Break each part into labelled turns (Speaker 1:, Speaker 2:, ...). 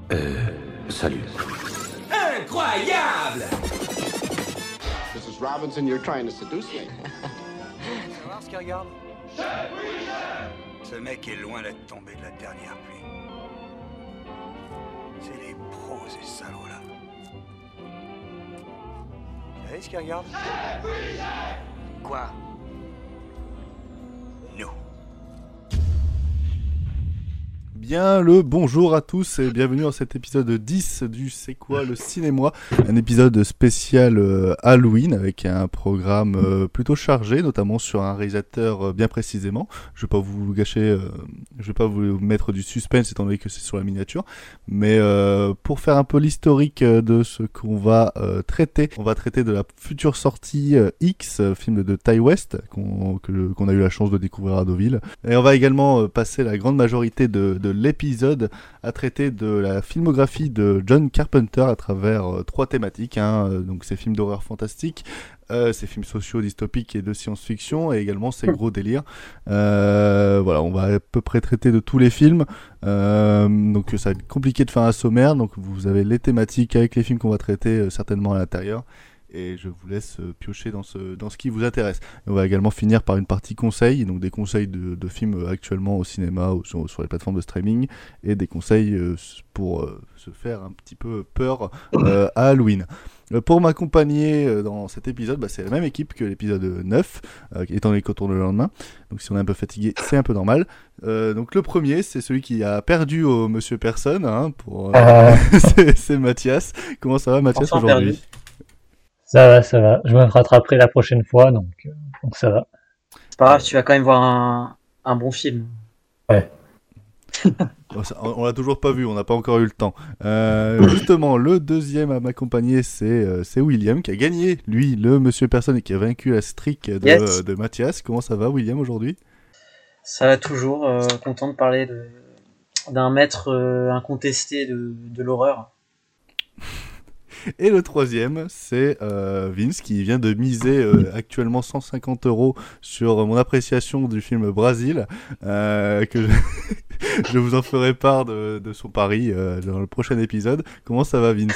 Speaker 1: Salut.
Speaker 2: Incroyable!
Speaker 3: Mrs. Robinson, you're trying to seduce me.
Speaker 4: Tu vas voir ce qu'il regarde? Ce mec est loin d'être tombé de la dernière pluie. C'est des pros, ces salauds-là. Vous savez ce qu'il regarde? Quoi? Nous.
Speaker 5: Bien le bonjour à tous et bienvenue dans cet épisode 10 du C'est quoi le cinéma, un épisode spécial Halloween avec un programme plutôt chargé, notamment sur un réalisateur bien précisément. Je vais pas vous gâcher, je vais pas vous mettre du suspense étant donné que c'est sur la miniature, mais pour faire un peu l'historique de ce qu'on va traiter, on va traiter de la future sortie X, film de Ty West qu'on a eu la chance de découvrir à Deauville, et on va également passer la grande majorité de l'épisode à traiter de la filmographie de John Carpenter à travers trois thématiques, donc ses films d'horreur fantastique, ses films sociaux dystopiques et de science-fiction, et également ses gros délires. Voilà, on va à peu près traiter de tous les films, donc ça va être compliqué de faire un sommaire, donc vous avez les thématiques avec les films qu'on va traiter certainement à l'intérieur. Et je vous laisse piocher dans ce qui vous intéresse. Et on va également finir par une partie conseils, donc des conseils de films actuellement au cinéma ou sur les plateformes de streaming, et des conseils pour se faire un petit peu peur à Halloween. Pour m'accompagner dans cet épisode, c'est la même équipe que l'épisode 9, étant donné qu'on tourne le lendemain. Donc si on est un peu fatigué, c'est un peu normal. Donc le premier, c'est celui qui a perdu au Monsieur Personne, c'est Mathias. Comment ça va, Mathias,
Speaker 6: Enfin
Speaker 5: aujourd'hui?
Speaker 6: perdu. Ça va. Je me rattraperai la prochaine fois, donc ça va.
Speaker 7: C'est pas grave, tu vas quand même voir un bon film.
Speaker 6: Ouais.
Speaker 5: On l'a toujours pas vu, on n'a pas encore eu le temps. Justement, le deuxième à m'accompagner, c'est William, qui a gagné, lui, le Monsieur Personne, et qui a vaincu la streak de Mathias. Comment ça va, William, aujourd'hui?
Speaker 7: Ça va toujours, content de parler d'un maître incontesté de l'horreur.
Speaker 5: Et le troisième, c'est Vince, qui vient de miser actuellement 150 € sur mon appréciation du film Brasil, que je vous en ferai part de son pari dans le prochain épisode. Comment ça va, Vince?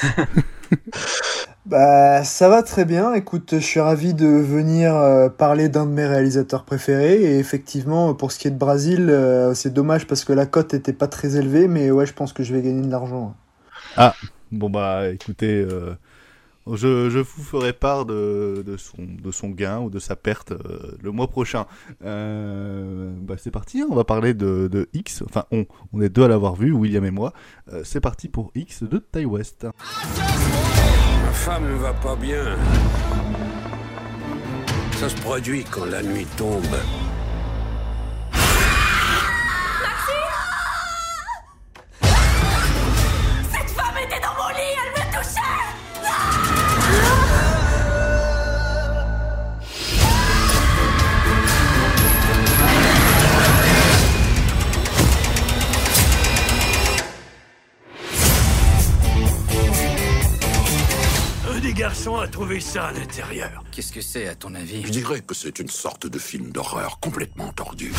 Speaker 8: Ça va très bien. Écoute, je suis ravi de venir parler d'un de mes réalisateurs préférés. Et effectivement, pour ce qui est de Brasil, c'est dommage parce que la cote était pas très élevée, mais ouais, je pense que je vais gagner de l'argent.
Speaker 5: Ah, bon écoutez, je vous ferai part de son gain ou de sa perte le mois prochain. C'est parti, on va parler de X. Enfin, on est deux à l'avoir vu, William et moi. C'est parti pour X de Ty West.
Speaker 9: Ma femme ne va pas bien. Ça se produit quand la nuit tombe.
Speaker 10: Cette femme était dans mon lit, elle me touchait!
Speaker 9: Un des garçons a trouvé ça à l'intérieur.
Speaker 1: Qu'est-ce que c'est, à ton avis?
Speaker 9: Je dirais que c'est une sorte de film d'horreur complètement tordu.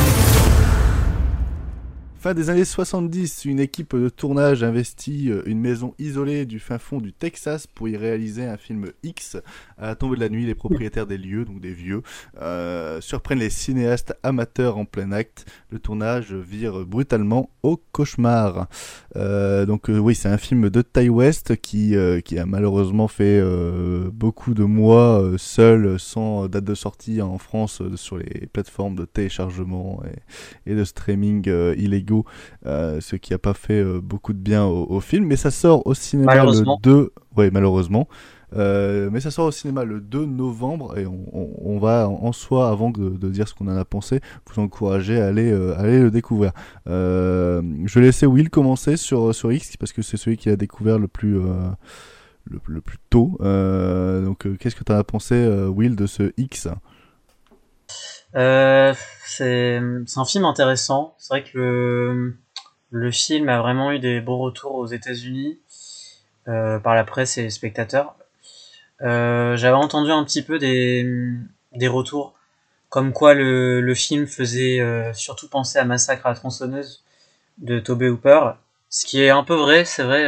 Speaker 5: Fin des années 70, une équipe de tournage investit une maison isolée du fin fond du Texas pour y réaliser un film X. À la tombée de la nuit, les propriétaires des lieux, donc des vieux, surprennent les cinéastes amateurs en plein acte. Le tournage vire brutalement au cauchemar. Oui, c'est un film de Ty West qui a malheureusement fait beaucoup de mois seul, sans date de sortie en France sur les plateformes de téléchargement et de streaming illégaux. Ce qui n'a pas fait beaucoup de bien au film, mais ça sort au cinéma le 2... Oui, malheureusement. Mais ça sort au cinéma le 2 novembre, et on va en soi, avant de dire ce qu'on en a pensé, vous encourager à aller le découvrir. Je vais laisser Will commencer sur X, parce que c'est celui qui a découvert le plus tôt. Qu'est-ce que tu en as pensé, Will, de ce X?
Speaker 7: C'est un film intéressant. C'est vrai que le film a vraiment eu des beaux retours aux États-Unis par la presse et les spectateurs. J'avais entendu un petit peu des retours comme quoi le film faisait surtout penser à Massacre à la tronçonneuse de Tobe Hooper, Ce qui est un peu vrai, c'est vrai.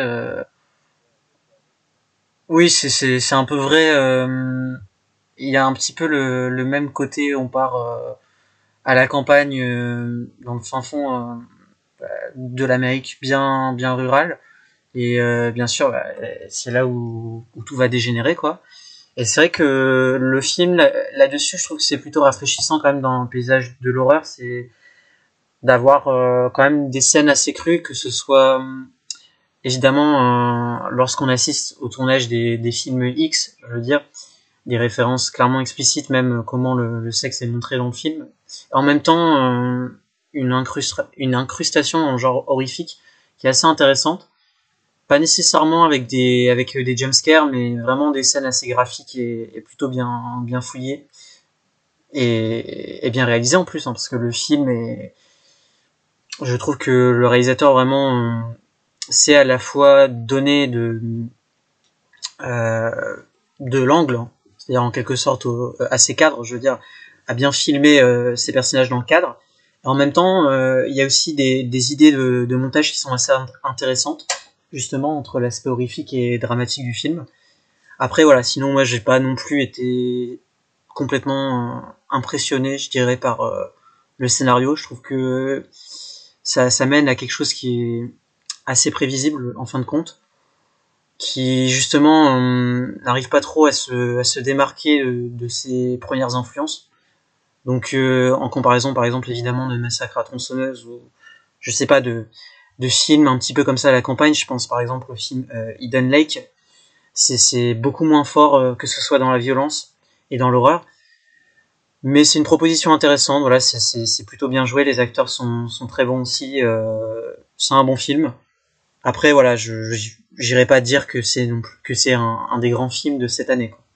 Speaker 7: Oui, c'est un peu vrai. Il y a un petit peu le même côté. On part à la campagne, dans le fin fond de l'Amérique, bien rurale. Et bien sûr, c'est là où tout va dégénérer, quoi. Et c'est vrai que le film là-dessus, je trouve que c'est plutôt rafraîchissant quand même dans le paysage de l'horreur, c'est d'avoir quand même des scènes assez crues, que ce soit évidemment lorsqu'on assiste au tournage des films X, je veux dire, des références clairement explicites, même comment le sexe est montré dans le film. En même temps, une incrustation en genre horrifique qui est assez intéressante. Pas nécessairement avec des jumpscares, mais vraiment des scènes assez graphiques et plutôt bien fouillées et bien réalisées en plus, hein, parce que le film je trouve que le réalisateur vraiment sait à la fois donner de l'angle, hein, c'est-à-dire en quelque sorte à ses cadres, je veux dire, à bien filmer ses personnages dans le cadre. Et en même temps, il y a aussi des idées de montage qui sont assez intéressantes, justement entre l'aspect horrifique et dramatique du film. Après voilà, sinon moi j'ai pas non plus été complètement impressionné, je dirais, par le scénario. Je trouve que ça mène à quelque chose qui est assez prévisible en fin de compte, qui justement n'arrive pas trop à se démarquer de ses premières influences. Donc en comparaison par exemple évidemment de Massacre à tronçonneuse ou je sais pas de films un petit peu comme ça à la campagne, je pense par exemple au film Hidden Lake, c'est beaucoup moins fort que ce soit dans la violence et dans l'horreur, mais c'est une proposition intéressante, voilà, c'est plutôt bien joué, les acteurs sont très bons aussi, c'est un bon film. Après voilà, j'irai pas dire que c'est un des grands films de cette année, quoi.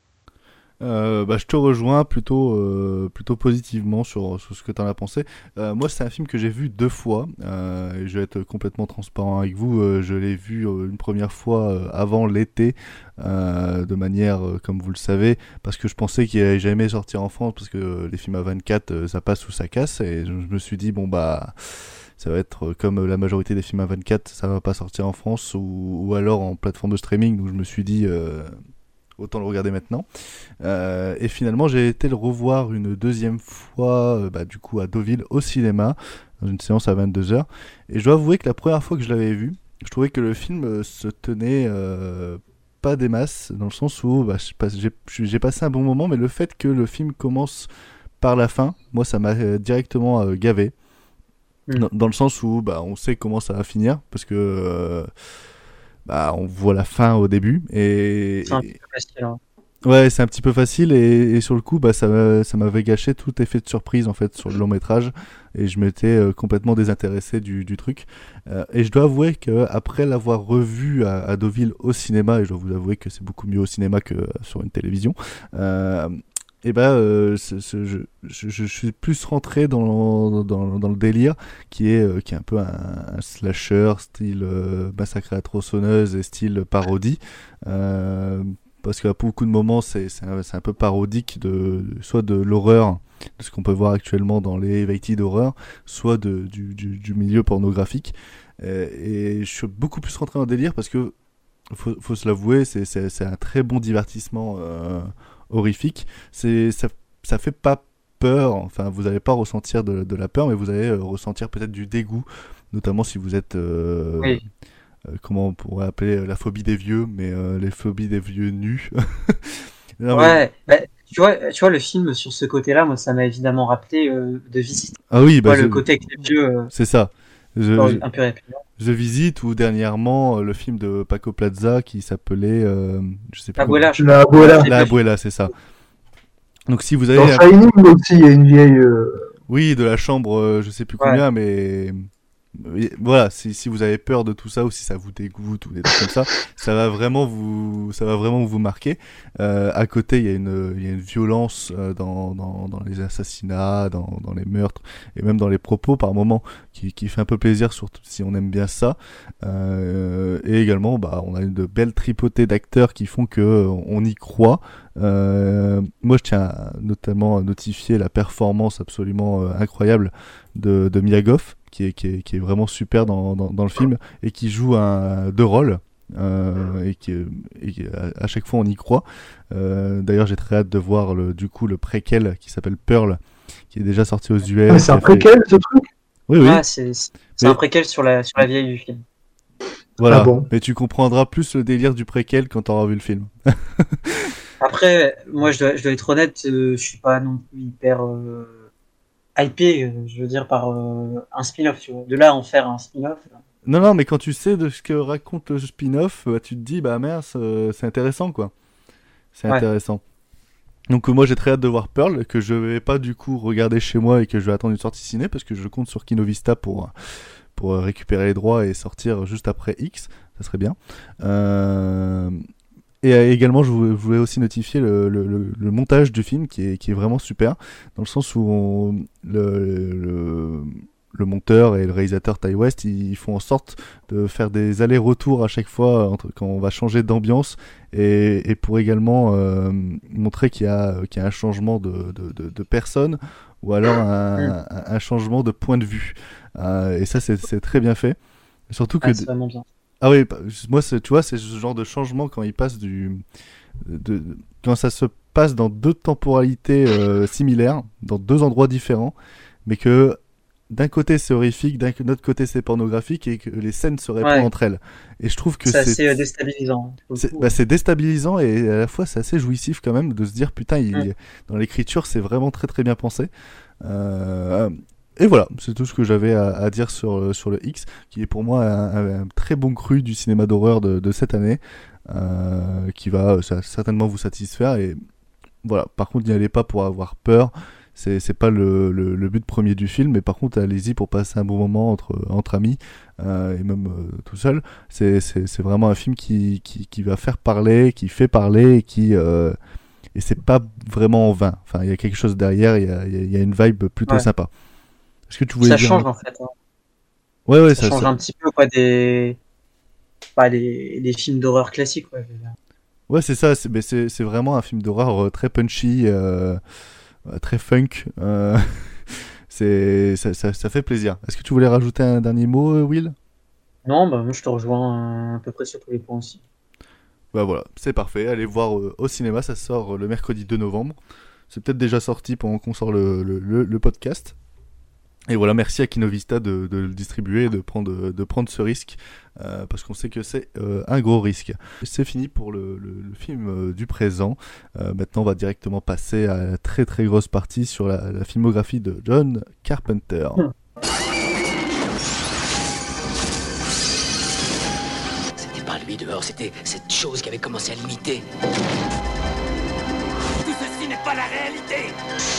Speaker 5: Je te rejoins plutôt positivement sur ce que tu en as pensé. Moi, c'est un film que j'ai vu 2 fois. Et je vais être complètement transparent avec vous. Je l'ai vu une première fois avant l'été, de manière, comme vous le savez, parce que je pensais qu'il allait jamais sortir en France, parce que les films à 24, ça passe ou ça casse. Et je me suis dit, bon bah, ça va être comme la majorité des films à 24, ça va pas sortir en France ou alors en plateforme de streaming. Donc je me suis dit... autant le regarder maintenant. Et finalement, j'ai été le revoir une deuxième fois, du coup à Deauville au cinéma, dans une séance à 22h. Et je dois avouer que la première fois que je l'avais vu, je trouvais que le film se tenait pas des masses, dans le sens où j'ai passé un bon moment, mais le fait que le film commence par la fin, moi ça m'a directement gavé. Dans le sens où on sait comment ça va finir, parce que... on voit la fin au début
Speaker 7: C'est un peu facile, hein.
Speaker 5: Ouais, c'est un petit peu facile et sur le coup ça m'avait gâché tout effet de surprise en fait sur le long métrage et je m'étais complètement désintéressé du truc, et je dois avouer que après l'avoir revu à Deauville au cinéma, et je dois vous avouer que c'est beaucoup mieux au cinéma que sur une télévision, je suis plus rentré dans le délire qui est un peu un slasher style Massacre à la tronçonneuse et style parodie, parce qu'à beaucoup de moments c'est un peu parodique soit de l'horreur, de ce qu'on peut voir actuellement dans les variétés d'horreur, soit du milieu pornographique, et je suis beaucoup plus rentré dans le délire parce que faut se l'avouer, c'est un très bon divertissement horrifique. Ça fait pas peur, enfin vous n'allez pas ressentir de la peur, mais vous allez ressentir peut-être du dégoût, notamment si vous êtes
Speaker 7: Oui.
Speaker 5: comment on pourrait appeler la phobie des vieux, mais les phobies des vieux nus. Non,
Speaker 7: Ouais, tu vois le film sur ce côté-là, moi ça m'a évidemment rappelé de Visite.
Speaker 5: Ah oui,
Speaker 7: Le côté avec les vieux,
Speaker 5: c'est ça.
Speaker 7: un peu répugnant.
Speaker 5: The Visit, ou dernièrement le film de Paco Plaza qui s'appelait je sais plus
Speaker 7: Abuela,
Speaker 8: La Abuela.
Speaker 5: La Abuela, c'est ça. Donc si vous avez
Speaker 8: Dans Shining aussi, il y a une vieille.
Speaker 5: oui, de la chambre, je sais plus combien, mais voilà, si vous avez peur de tout ça ou si ça vous dégoûte ou des trucs comme ça, ça va vraiment vous marquer. À côté, il y a une violence dans les assassinats, dans les meurtres et même dans les propos par moments qui fait un peu plaisir, surtout si on aime bien ça. Et également, on a de belles tripotées d'acteurs qui font que on y croit. Moi, je tiens notamment à notifier la performance absolument incroyable de Mia Goth, qui est vraiment super dans le film et qui joue deux rôles. Et à chaque fois on y croit. D'ailleurs j'ai très hâte de voir le préquel qui s'appelle Pearl, qui est déjà sorti aux US.
Speaker 6: Ah, c'est un préquel ce truc?
Speaker 5: Oui.
Speaker 7: Ah, c'est un préquel sur la vieille du film.
Speaker 5: Voilà,
Speaker 6: Ah bon.
Speaker 5: mais tu comprendras plus le délire du préquel quand t'auras vu le film.
Speaker 7: Après, moi je dois être honnête, je suis pas non plus hyper hypé, je veux dire, par un spin-off, tu vois. De là à en faire un spin-off.
Speaker 5: Non, mais quand tu sais de ce que raconte le spin-off, tu te dis, bah mince, c'est intéressant, quoi. C'est intéressant. Donc moi j'ai très hâte de voir Pearl, que je vais pas du coup regarder chez moi et que je vais attendre une sortie ciné, parce que je compte sur Kinovista pour récupérer les droits et sortir juste après X, ça serait bien. Et également je voulais aussi notifier le montage du film qui est vraiment super, dans le sens où le monteur et le réalisateur Ty West, ils font en sorte de faire des allers-retours à chaque fois quand on va changer d'ambiance et pour également montrer qu'il y a un changement de personne ou alors un changement de point de vue. Et ça, c'est très bien fait. Surtout que...
Speaker 7: c'est vraiment bien.
Speaker 5: Ah oui, moi, tu vois, c'est ce genre de changement quand il passe quand ça se passe dans deux temporalités similaires, dans deux endroits différents, mais que d'un côté c'est horrifique, d'un autre côté c'est pornographique et que les scènes se répondent entre elles. Et je trouve que
Speaker 7: c'est assez déstabilisant.
Speaker 5: C'est déstabilisant et à la fois c'est assez jouissif quand même de se dire putain, dans l'écriture c'est vraiment très très bien pensé. Et voilà, c'est tout ce que j'avais à dire sur le X, qui est pour moi un très bon cru du cinéma d'horreur de cette année, qui va certainement vous satisfaire. Et voilà, par contre n'y allez pas pour avoir peur. C'est pas le but premier du film, mais par contre allez-y pour passer un bon moment entre amis et même tout seul. C'est vraiment un film qui va faire parler, qui fait parler et c'est pas vraiment en vain. Enfin, il y a quelque chose derrière, il y a une vibe plutôt sympa. Est-ce que tu voulais dire...
Speaker 7: change en fait. Hein.
Speaker 5: Ouais,
Speaker 7: ça change un petit peu quoi des films d'horreur classiques.
Speaker 5: Ouais, c'est ça. C'est vraiment un film d'horreur très punchy. Très funk, ça fait plaisir. Est-ce que tu voulais rajouter un dernier mot, Will?
Speaker 7: Non, bah moi je te rejoins à peu près sur tous les points aussi.
Speaker 5: Bah voilà, c'est parfait. Allez voir au cinéma, ça sort le mercredi 2 novembre. C'est peut-être déjà sorti pendant qu'on sort le podcast. Et voilà, merci à Kinovista de le distribuer et de prendre ce risque, parce qu'on sait que c'est un gros risque. C'est fini pour le film du présent. Maintenant, on va directement passer à la très très grosse partie sur la filmographie de John Carpenter.
Speaker 1: C'était pas lui dehors, c'était cette chose qui avait commencé à l'imiter.
Speaker 10: Tout ceci n'est pas la réalité.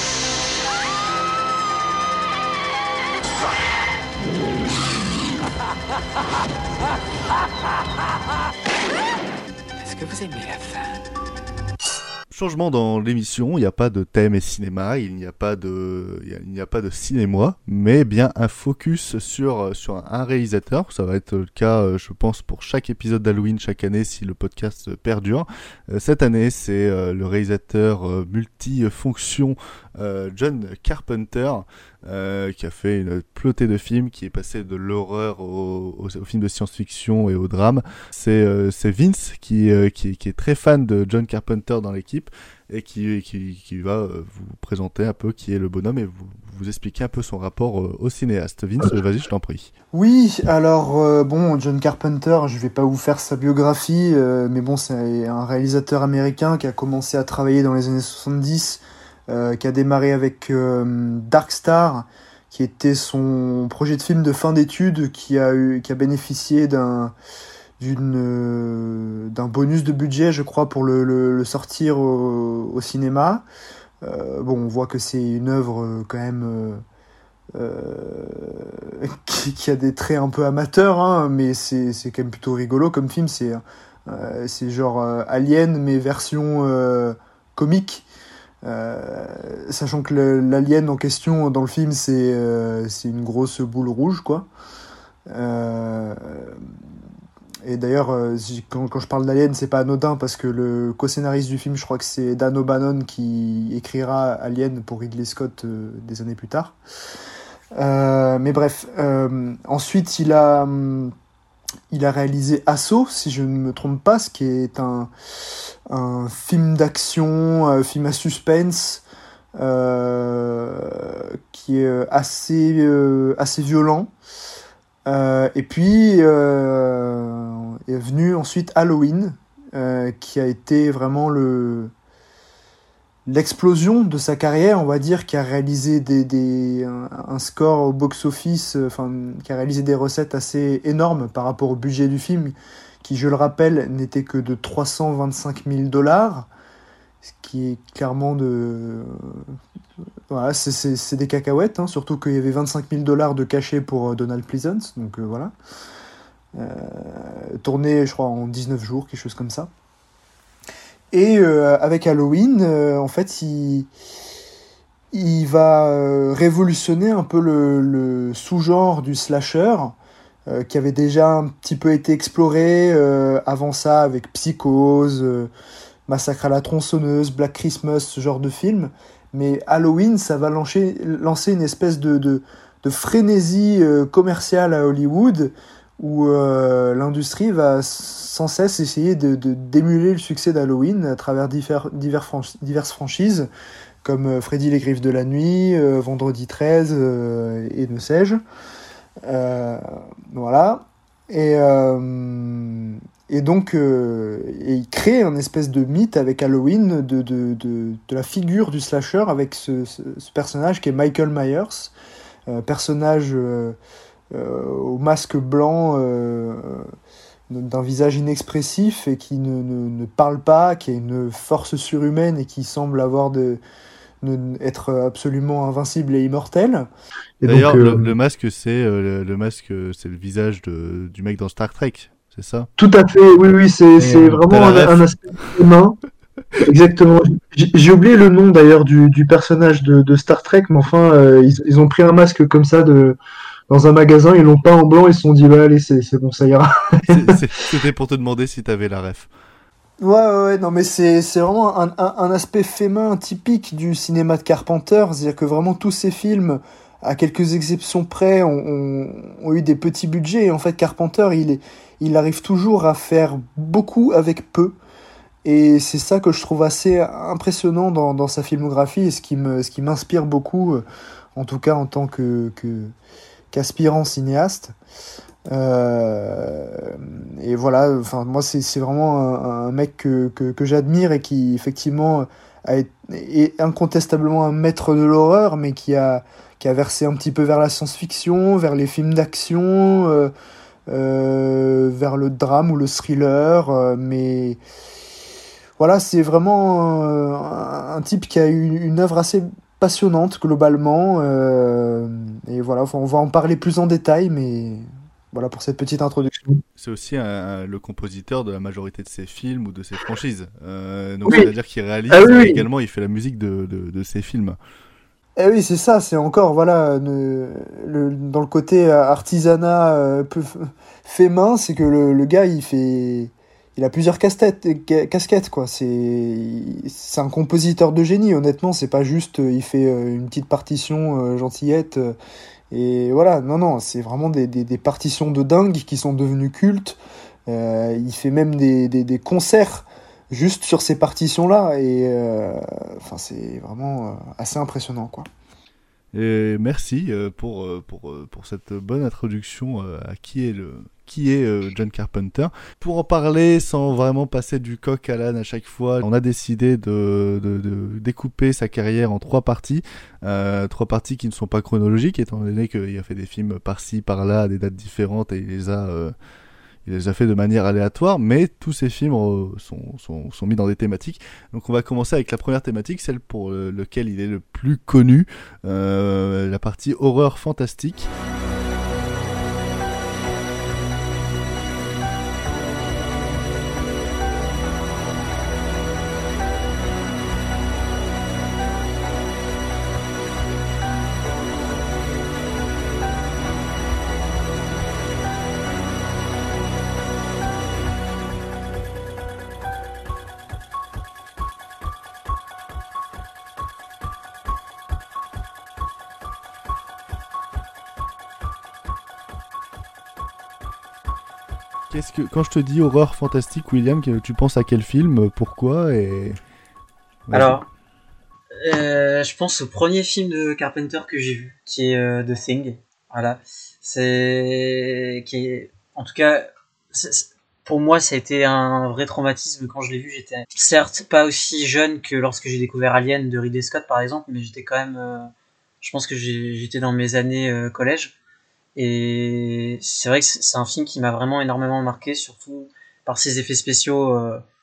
Speaker 1: Est-ce que vous aimez la fin?
Speaker 5: Changement dans l'émission, il n'y a pas de thème et cinéma, il n'y a pas de cinéma, mais bien un focus sur un réalisateur. Ça va être le cas, je pense, pour chaque épisode d'Halloween chaque année si le podcast perdure. Cette année, c'est le réalisateur multifonction John Carpenter, qui a fait une plotée de films, qui est passé de l'horreur au film de science-fiction et au drame. C'est Vince qui est très fan de John Carpenter dans l'équipe et qui va vous présenter un peu qui est le bonhomme et vous expliquer un peu son rapport au cinéaste. Vince, vas-y, je t'en prie.
Speaker 8: Oui, alors bon, John Carpenter, je vais pas vous faire sa biographie, mais bon, c'est un réalisateur américain qui a commencé à travailler dans les années 70, qui a démarré avec Dark Star, qui était son projet de film de fin d'études, qui a bénéficié d'un bonus de budget, je crois, pour le sortir au cinéma. Bon, on voit que c'est une œuvre quand même qui a des traits un peu amateurs, hein, mais c'est quand même plutôt rigolo comme film. C'est genre Alien, mais version comique. Sachant que l'alien en question dans le film, c'est une grosse boule rouge, quoi. Et d'ailleurs, quand je parle d'Alien, c'est pas anodin, parce que le co-scénariste du film, je crois que c'est Dan O'Bannon qui écrira Alien pour Ridley Scott des années plus tard. Mais bref, ensuite il a réalisé Assaut, si je ne me trompe pas, ce qui est un film d'action, film à suspense, qui est assez violent. Et puis est venu ensuite Halloween, qui a été vraiment l'explosion de sa carrière, on va dire, qui a réalisé un score au box-office, qui a réalisé des recettes assez énormes par rapport au budget du film, qui, je le rappelle, n'était que de 325 000 $, ce qui est clairement voilà, c'est des cacahuètes, hein, surtout qu'il y avait 25 000 $ de cachet pour Donald Pleasance, donc voilà. Tourné, je crois, en 19 jours, quelque chose comme ça. Et avec Halloween, en fait, il va révolutionner un peu le sous-genre du slasher, qui avait déjà un petit peu été exploré avant ça avec Psychose, Massacre à la tronçonneuse, Black Christmas, ce genre de film. Mais Halloween, ça va lancer une espèce de frénésie commerciale à Hollywood, où l'industrie va sans cesse essayer d'émuler le succès d'Halloween à travers diverses franchises, comme Freddy les Griffes de la Nuit, Vendredi 13, et ne sais-je. Voilà. Et donc, il crée un espèce de mythe avec Halloween de la figure du slasher avec ce personnage qui est Michael Myers, personnage au masque blanc, d'un visage inexpressif et qui ne parle pas, qui a une force surhumaine et qui semble être absolument invincible et immortel.
Speaker 5: Et d'ailleurs, le masque, c'est le visage du mec dans Star Trek, c'est ça?
Speaker 2: Tout à fait, oui, c'est vraiment un aspect humain. Exactement. J'ai oublié le nom d'ailleurs du personnage de Star Trek, mais enfin, ils ont pris un masque comme ça dans un magasin, ils l'ont peint en blanc, ils se sont dit, bah allez, c'est bon, ça ira.
Speaker 5: C'était pour te demander si t'avais la ref.
Speaker 8: Ouais, non, mais c'est vraiment un aspect fémin typique du cinéma de Carpenter, c'est-à-dire que vraiment tous ces films, à quelques exceptions près, ont eu des petits budgets, et en fait Carpenter, il arrive toujours à faire beaucoup avec peu, et c'est ça que je trouve assez impressionnant dans sa filmographie, et ce qui m'inspire beaucoup, en tout cas en tant qu'aspirant cinéaste. Et voilà, enfin moi c'est vraiment un mec que j'admire et qui effectivement est incontestablement un maître de l'horreur, mais qui a versé un petit peu vers la science-fiction, vers les films d'action, vers le drame ou le thriller, mais voilà, c'est vraiment un type qui a eu une œuvre assez passionnante globalement, et voilà, on va en parler plus en détail, mais voilà pour cette petite introduction.
Speaker 5: C'est aussi le compositeur de la majorité de ses films ou de ses franchises, donc
Speaker 2: oui.
Speaker 5: C'est-à-dire qu'il réalise
Speaker 2: oui.
Speaker 5: également, il fait la musique de ses films.
Speaker 8: Eh oui, c'est ça, c'est encore voilà dans le côté artisanat peu fait main, c'est que le gars il a plusieurs casquettes quoi. C'est un compositeur de génie, honnêtement, c'est pas juste il fait une petite partition gentillette et voilà, non, c'est vraiment des partitions de dingue qui sont devenues cultes. Il fait même des concerts juste sur ces partitions-là, et enfin c'est vraiment assez impressionnant quoi.
Speaker 5: Et merci pour cette bonne introduction à qui est John Carpenter. Pour en parler sans vraiment passer du coq à l'âne à chaque fois, on a décidé de découper sa carrière en 3 parties. 3 parties qui ne sont pas chronologiques, étant donné qu'il a fait des films par-ci, par-là, à des dates différentes, et il les a fait de manière aléatoire, mais tous ces films sont mis dans des thématiques. Donc on va commencer avec la première thématique, celle pour laquelle il est le plus connu, la partie horreur fantastique. Quand je te dis horreur fantastique, William, tu penses à quel film, pourquoi et... Vas-y.
Speaker 7: Alors, je pense au premier film de Carpenter que j'ai vu, qui est The Thing. Voilà, en tout cas, pour moi, ça a été un vrai traumatisme quand je l'ai vu. J'étais certes pas aussi jeune que lorsque j'ai découvert Alien de Ridley Scott, par exemple, mais j'étais quand même, je pense que j'étais dans mes années collège. Et c'est vrai que c'est un film qui m'a vraiment énormément marqué, surtout par ses effets spéciaux.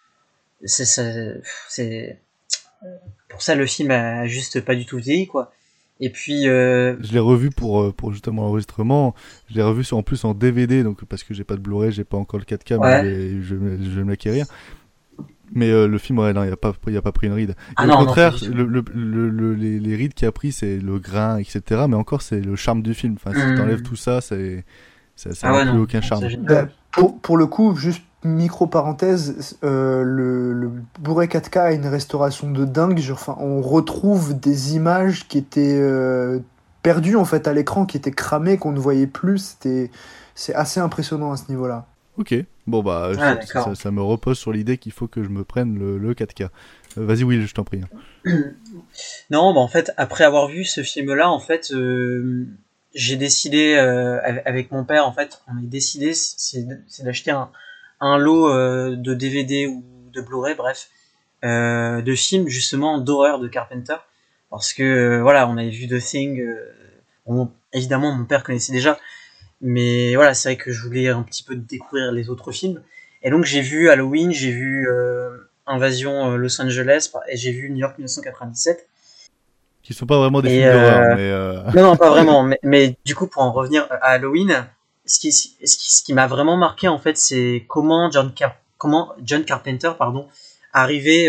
Speaker 7: Pour ça, le film a juste pas du tout vieilli, quoi. Et puis
Speaker 5: je l'ai revu pour justement l'enregistrement. Je l'ai revu en plus en DVD, donc parce que j'ai pas de Blu-ray, j'ai pas encore le 4K,
Speaker 7: ouais.
Speaker 5: Mais je vais me l'acquérir. Mais le film, ouais, non, il a pas pris une ride.
Speaker 7: Ah
Speaker 5: au
Speaker 7: non,
Speaker 5: contraire,
Speaker 7: non,
Speaker 5: les rides qu'il a pris, c'est le grain, etc. Mais encore, c'est le charme du film. Enfin, si t'enlèves tout ça, ça n'a plus aucun charme.
Speaker 8: Pour le coup, juste micro-parenthèse, le Blu-ray 4K a une restauration de dingue. On retrouve des images qui étaient perdues en fait à l'écran, qui étaient cramées, qu'on ne voyait plus. C'est assez impressionnant à ce niveau-là.
Speaker 5: Ok, bon bah ça me repose sur l'idée qu'il faut que je me prenne le 4K. Vas-y Will, je t'en prie.
Speaker 7: Non, bah en fait, après avoir vu ce film-là, en fait, j'ai décidé avec mon père, en fait, on a décidé c'est d'acheter un lot de DVD ou de Blu-ray, bref, de films justement d'horreur de Carpenter, parce que voilà, on avait vu The Thing, évidemment mon père connaissait déjà, mais voilà, c'est vrai que je voulais un petit peu découvrir les autres films, et donc j'ai vu Halloween, j'ai vu Invasion Los Angeles, et j'ai vu New York 1997.
Speaker 5: Qui sont pas vraiment des films d'horreur, mais
Speaker 7: non, pas vraiment, mais du coup, pour en revenir à Halloween, ce qui m'a vraiment marqué, en fait, c'est comment John Carpenter, arrivait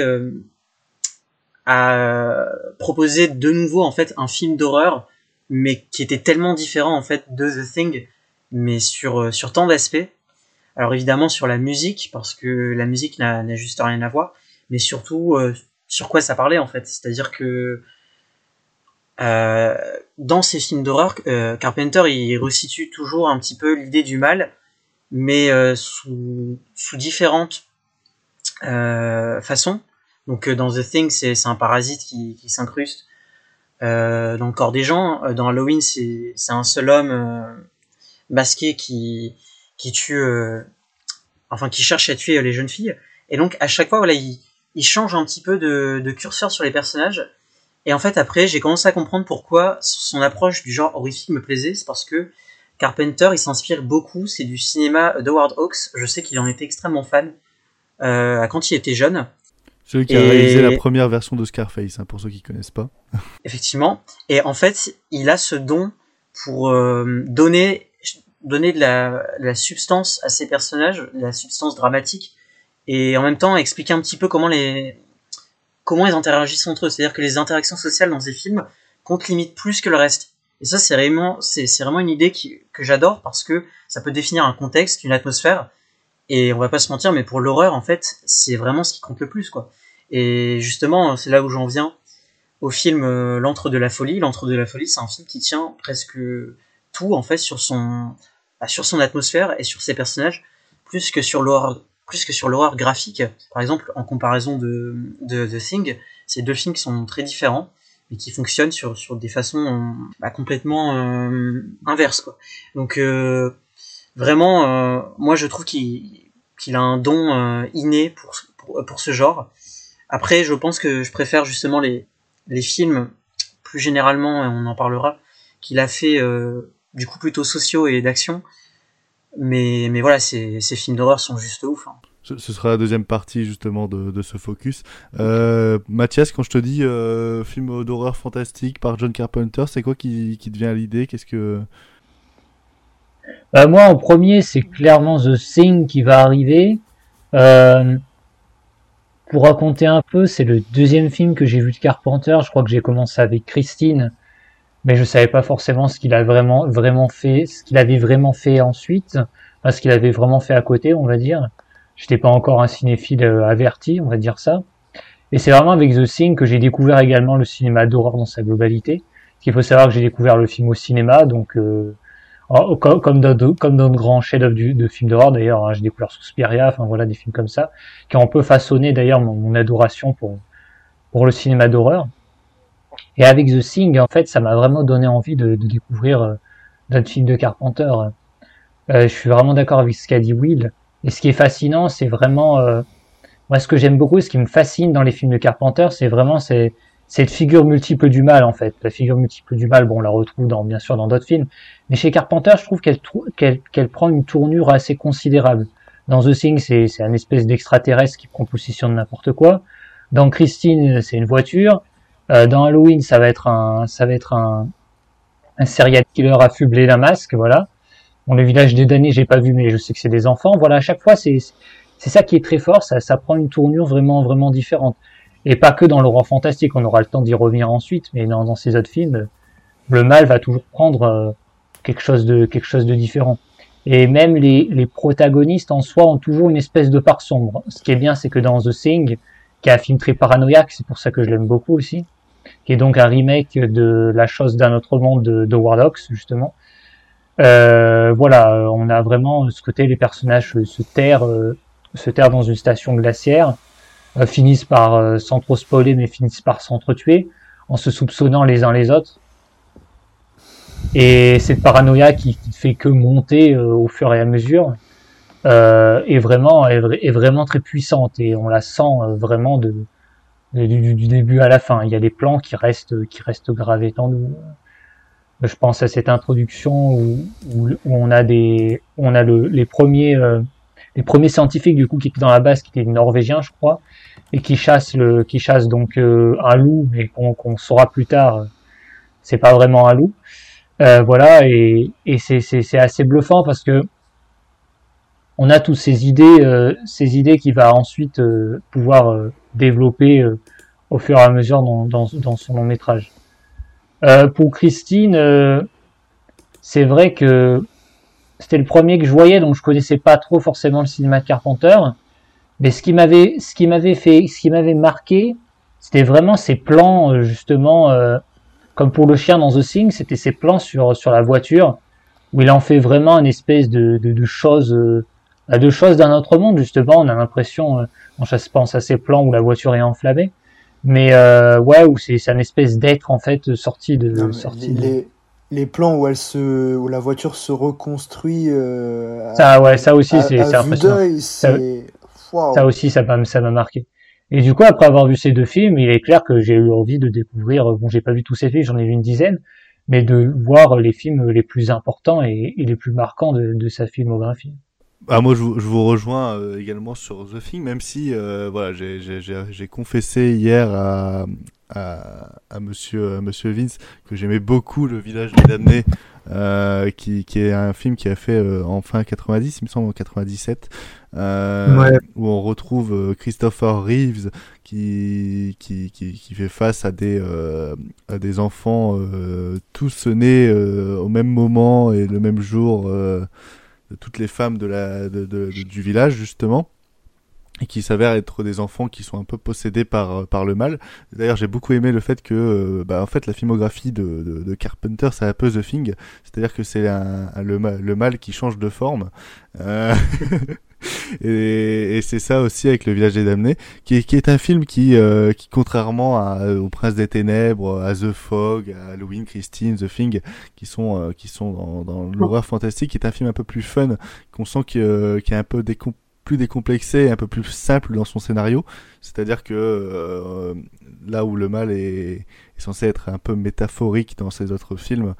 Speaker 7: à proposer de nouveau, en fait, un film d'horreur, mais qui était tellement différent, en fait, de The Thing, mais sur tant d'aspects. Alors évidemment sur la musique, parce que la musique n'a juste rien à voir, mais surtout sur quoi ça parlait, en fait. C'est-à-dire que dans ces films d'horreur, Carpenter il resitue toujours un petit peu l'idée du mal, mais sous différentes façons. Donc dans The Thing, c'est un parasite qui s'incruste dans le corps des gens. Dans Halloween, c'est un seul homme masqué qui tue, qui cherche à tuer les jeunes filles. Et donc à chaque fois, voilà, il change un petit peu de curseur sur les personnages. Et en fait, après, j'ai commencé à comprendre pourquoi son approche du genre horrifique me plaisait. C'est parce que Carpenter, il s'inspire beaucoup. C'est du cinéma d'Howard Hawks. Je sais qu'il en était extrêmement fan quand il était jeune.
Speaker 5: Celui qui a réalisé la première version de Scarface, hein, pour ceux qui connaissent pas.
Speaker 7: Effectivement. Et en fait, il a ce don pour donner de la substance à ses personnages, de la substance dramatique, et en même temps expliquer un petit peu comment ils interagissent entre eux. C'est-à-dire que les interactions sociales dans ces films comptent limite plus que le reste. Et ça, c'est vraiment une idée que j'adore, parce que ça peut définir un contexte, une atmosphère, et on va pas se mentir, mais pour l'horreur, en fait, c'est vraiment ce qui compte le plus, quoi. Et justement, c'est là où j'en viens au film L'Antre de la Folie. L'Antre de la Folie, c'est un film qui tient presque tout, en fait, sur son atmosphère et sur ses personnages, plus que sur l'horreur graphique. Par exemple, en comparaison de The Thing, c'est deux films qui sont très différents et qui fonctionnent sur des façons complètement inverses, quoi. Donc vraiment, moi je trouve qu'il a un don inné pour ce genre. Après, je pense que je préfère justement les films, plus généralement, et on en parlera, qu'il a fait du coup plutôt sociaux et d'action. Mais voilà, ces films d'horreur sont juste ouf, hein.
Speaker 5: Ce sera la deuxième partie justement de ce focus. Mathias, quand je te dis film d'horreur fantastique par John Carpenter, c'est quoi qui te vient à l'idée? Qu'est-ce que...
Speaker 6: Moi, en premier, c'est clairement The Thing qui va arriver. Pour raconter un peu, c'est le deuxième film que j'ai vu de Carpenter. Je crois que j'ai commencé avec Christine, mais je savais pas forcément ce qu'il a vraiment fait, ce qu'il avait vraiment fait ensuite, ce qu'il avait vraiment fait à côté, on va dire. J'étais pas encore un cinéphile averti, on va dire ça. Et c'est vraiment avec The Thing que j'ai découvert également le cinéma d'horreur dans sa globalité. Il faut savoir que j'ai découvert le film au cinéma, donc Alors, comme dans de grands chefs-d'œuvre de films d'horreur d'ailleurs, hein, j'ai découvert Suspiria, enfin voilà des films comme ça, qui ont un peu façonné d'ailleurs mon adoration pour le cinéma d'horreur. Et avec The Thing, en fait, ça m'a vraiment donné envie de découvrir d'autres films de Carpenter. Je suis vraiment d'accord avec ce qu'a dit Will. Et ce qui est fascinant, c'est vraiment moi ce que j'aime beaucoup, ce qui me fascine dans les films de Carpenter, c'est vraiment cette figure multiple du mal en fait. La figure multiple du mal, bon, on la retrouve bien sûr dans d'autres films, mais chez Carpenter, je trouve qu'elle prend une tournure assez considérable. Dans The Thing, c'est un espèce d'extraterrestre qui prend possession de n'importe quoi. Dans Christine, c'est une voiture. Dans Halloween, ça va être un serial killer affublé d'un masque, voilà. Bon, le village des damnés, j'ai pas vu, mais je sais que c'est des enfants. Voilà, à chaque fois, c'est ça qui est très fort, ça prend une tournure vraiment, vraiment différente. Et pas que dans l'horreur fantastique, on aura le temps d'y revenir ensuite, mais dans ces autres films, le mal va toujours prendre quelque chose de différent. Et même les protagonistes en soi ont toujours une espèce de part sombre. Ce qui est bien, c'est que dans The Thing, qui est un film très paranoïaque, c'est pour ça que je l'aime beaucoup aussi, qui est donc un remake de La chose d'un autre monde de Howard Hawks, justement. Voilà, on a vraiment ce côté, les personnages se terrent dans une station glaciaire, finissent par, sans trop spoiler, mais finissent par s'entretuer, en se soupçonnant les uns les autres. Et cette paranoïa qui fait que monter au fur et à mesure est vraiment très puissante, et on la sent vraiment du début à la fin. Il y a des plans qui restent gravés en nous. Je pense à cette introduction où on a les premiers scientifiques du coup qui étaient dans la base, qui étaient norvégiens, je crois, et qui chassent donc un loup, mais qu'on saura plus tard, c'est pas vraiment un loup. Voilà, et c'est assez bluffant parce que on a toutes ces idées qu'il va ensuite pouvoir développer au fur et à mesure dans son long métrage. Pour Christine, c'est vrai que c'était le premier que je voyais, donc je connaissais pas trop forcément le cinéma de Carpenter, mais ce qui m'avait marqué, c'était vraiment ces plans justement, comme pour le chien dans The Thing, c'était ces plans sur la voiture où il en fait vraiment une espèce de choses d'un autre monde, justement. On a l'impression, je pense à ces plans où la voiture est enflammée, mais ouais, où c'est une espèce d'être en fait sorti de
Speaker 8: les plans où la voiture se reconstruit
Speaker 6: ça aussi c'est impressionnant. Ça aussi ça m'a marqué. Et du coup, après avoir vu ces deux films, il est clair que j'ai eu envie de découvrir, bon, j'ai pas vu tous ces films, j'en ai vu une dizaine, mais de voir les films les plus importants et les plus marquants de sa filmographie.
Speaker 5: Ah, moi, je vous rejoins également sur The Thing, même si voilà, j'ai confessé hier à Monsieur Vince que j'aimais beaucoup Le Village des Damnés, qui est un film qui a fait en fin 90, il me semble en 97, ouais. Où on retrouve Christopher Reeves qui fait face à des enfants tous nés au même moment et le même jour. Toutes les femmes du village justement, et qui s'avèrent être des enfants qui sont un peu possédés par le mal. D'ailleurs, j'ai beaucoup aimé le fait que en fait la filmographie de Carpenter, c'est un peu The Thing, c'est-à-dire que c'est le mal qui change de forme. Et c'est ça aussi avec Le Village des Damnés, qui est un film qui contrairement au Prince des Ténèbres, à The Fog, à Halloween, Christine, The Thing, qui sont dans l'horreur fantastique, qui est un film un peu plus fun, qu'on sent qui est un peu plus décomplexé, un peu plus simple dans son scénario. C'est-à-dire que là où le mal est censé être un peu métaphorique dans ses autres films,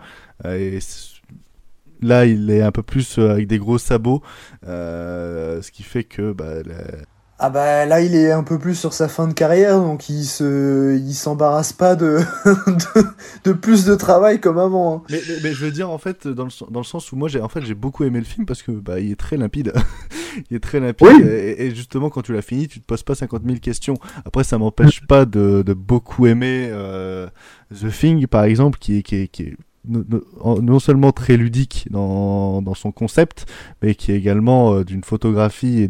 Speaker 5: là, il est un peu plus avec des gros sabots, ce qui fait que
Speaker 8: là, il est un peu plus sur sa fin de carrière, donc il s'embarrasse pas de plus de travail comme avant. Hein.
Speaker 5: Mais je veux dire en fait dans le sens où moi j'ai beaucoup aimé le film parce que il est très limpide. Il est très limpide, oui. Et justement quand tu l'as fini, tu te poses pas 50 000 questions. Après, ça m'empêche pas de beaucoup aimer The Thing par exemple, qui est non seulement très ludique dans son concept, mais qui est également d'une photographie et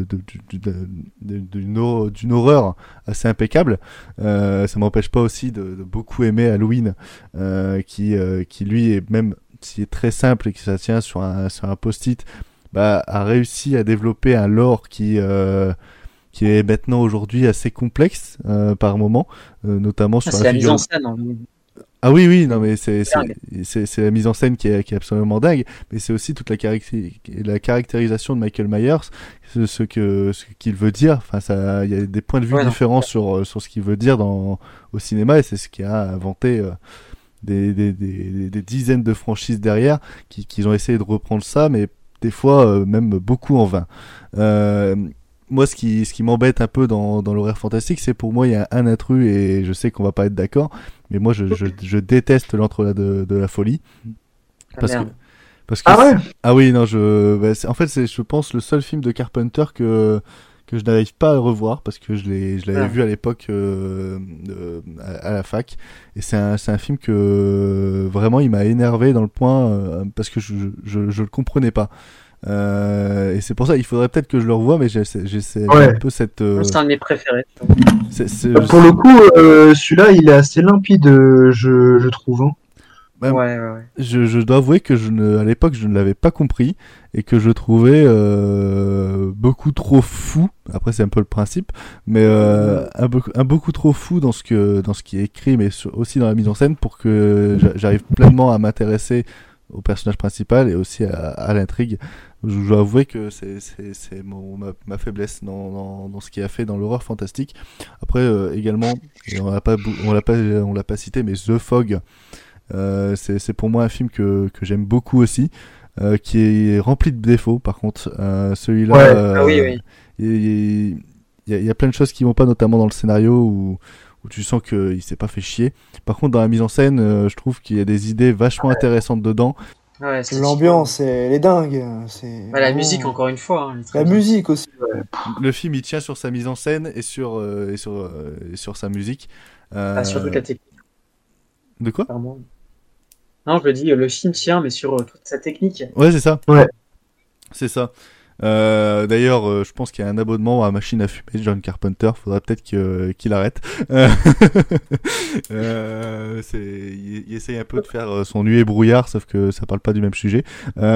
Speaker 5: d'une horreur assez impeccable. Ça m'empêche pas aussi de beaucoup aimer Halloween, qui lui est même qui est très simple et que ça tient sur un post-it, a réussi à développer un lore qui est maintenant aujourd'hui assez complexe par moment, notamment sur
Speaker 7: c'est la mise en scène.
Speaker 5: Ah oui, non mais c'est la mise en scène qui est absolument dingue, mais c'est aussi toute la caractérisation de Michael Myers, ce qu'il veut dire. Enfin, il y a des points de vue différents sur ce qu'il veut dire au cinéma, et c'est ce qui a inventé des dizaines de franchises derrière qui ont essayé de reprendre ça, mais des fois même beaucoup en vain. Moi, ce qui m'embête un peu dans l'horreur fantastique, c'est pour moi il y a un intrus, et je sais qu'on va pas être d'accord, mais moi je déteste l'entrelac de la folie parce que ah oui, non, en fait c'est, je pense, le seul film de Carpenter que je n'arrive pas à revoir parce que je l'avais vu à l'époque à la fac, et c'est un film que vraiment il m'a énervé dans le point parce que je le comprenais pas. Et c'est pour ça il faudrait peut-être que je le revoie, mais j'essaie un peu cette
Speaker 7: c'est un de mes préférés.
Speaker 2: Pour le coup celui-là il est assez limpide, je trouve, hein.
Speaker 7: Ouais.
Speaker 5: Je dois avouer que à l'époque je ne l'avais pas compris et que je trouvais beaucoup trop fou. Après c'est un peu le principe, mais un beaucoup trop fou dans ce qui est écrit, mais aussi dans la mise en scène, pour que j'arrive pleinement à m'intéresser au personnage principal et aussi à l'intrigue. Je dois avouer que c'est ma faiblesse dans ce qu'il a fait dans l'horreur fantastique. Après également, et on l'a pas cité, mais The Fog, c'est pour moi un film que j'aime beaucoup aussi, qui est rempli de défauts par contre. Celui-là,
Speaker 7: oui.
Speaker 5: Il y a plein de choses qui vont pas, notamment dans le scénario où tu sens qu'il s'est pas fait chier. Par contre, dans la mise en scène, je trouve qu'il y a des idées vachement intéressantes dedans.
Speaker 8: Ouais, l'ambiance, elle est dingue.
Speaker 7: La musique, encore une fois.
Speaker 8: La musique aussi.
Speaker 5: Le film, il tient sur sa mise en scène et sur sa musique.
Speaker 7: Sur toute la technique.
Speaker 5: De quoi ?
Speaker 7: Pardon. Non, je le dis, le film tient, mais sur toute sa technique.
Speaker 5: Ouais, c'est ça.
Speaker 2: Ouais.
Speaker 5: C'est ça. D'ailleurs, je pense qu'il y a un abonnement à Machine à fumer de John Carpenter. Faudrait peut-être qu'il arrête. Il essaye un peu de faire son nuée brouillard, sauf que ça parle pas du même sujet.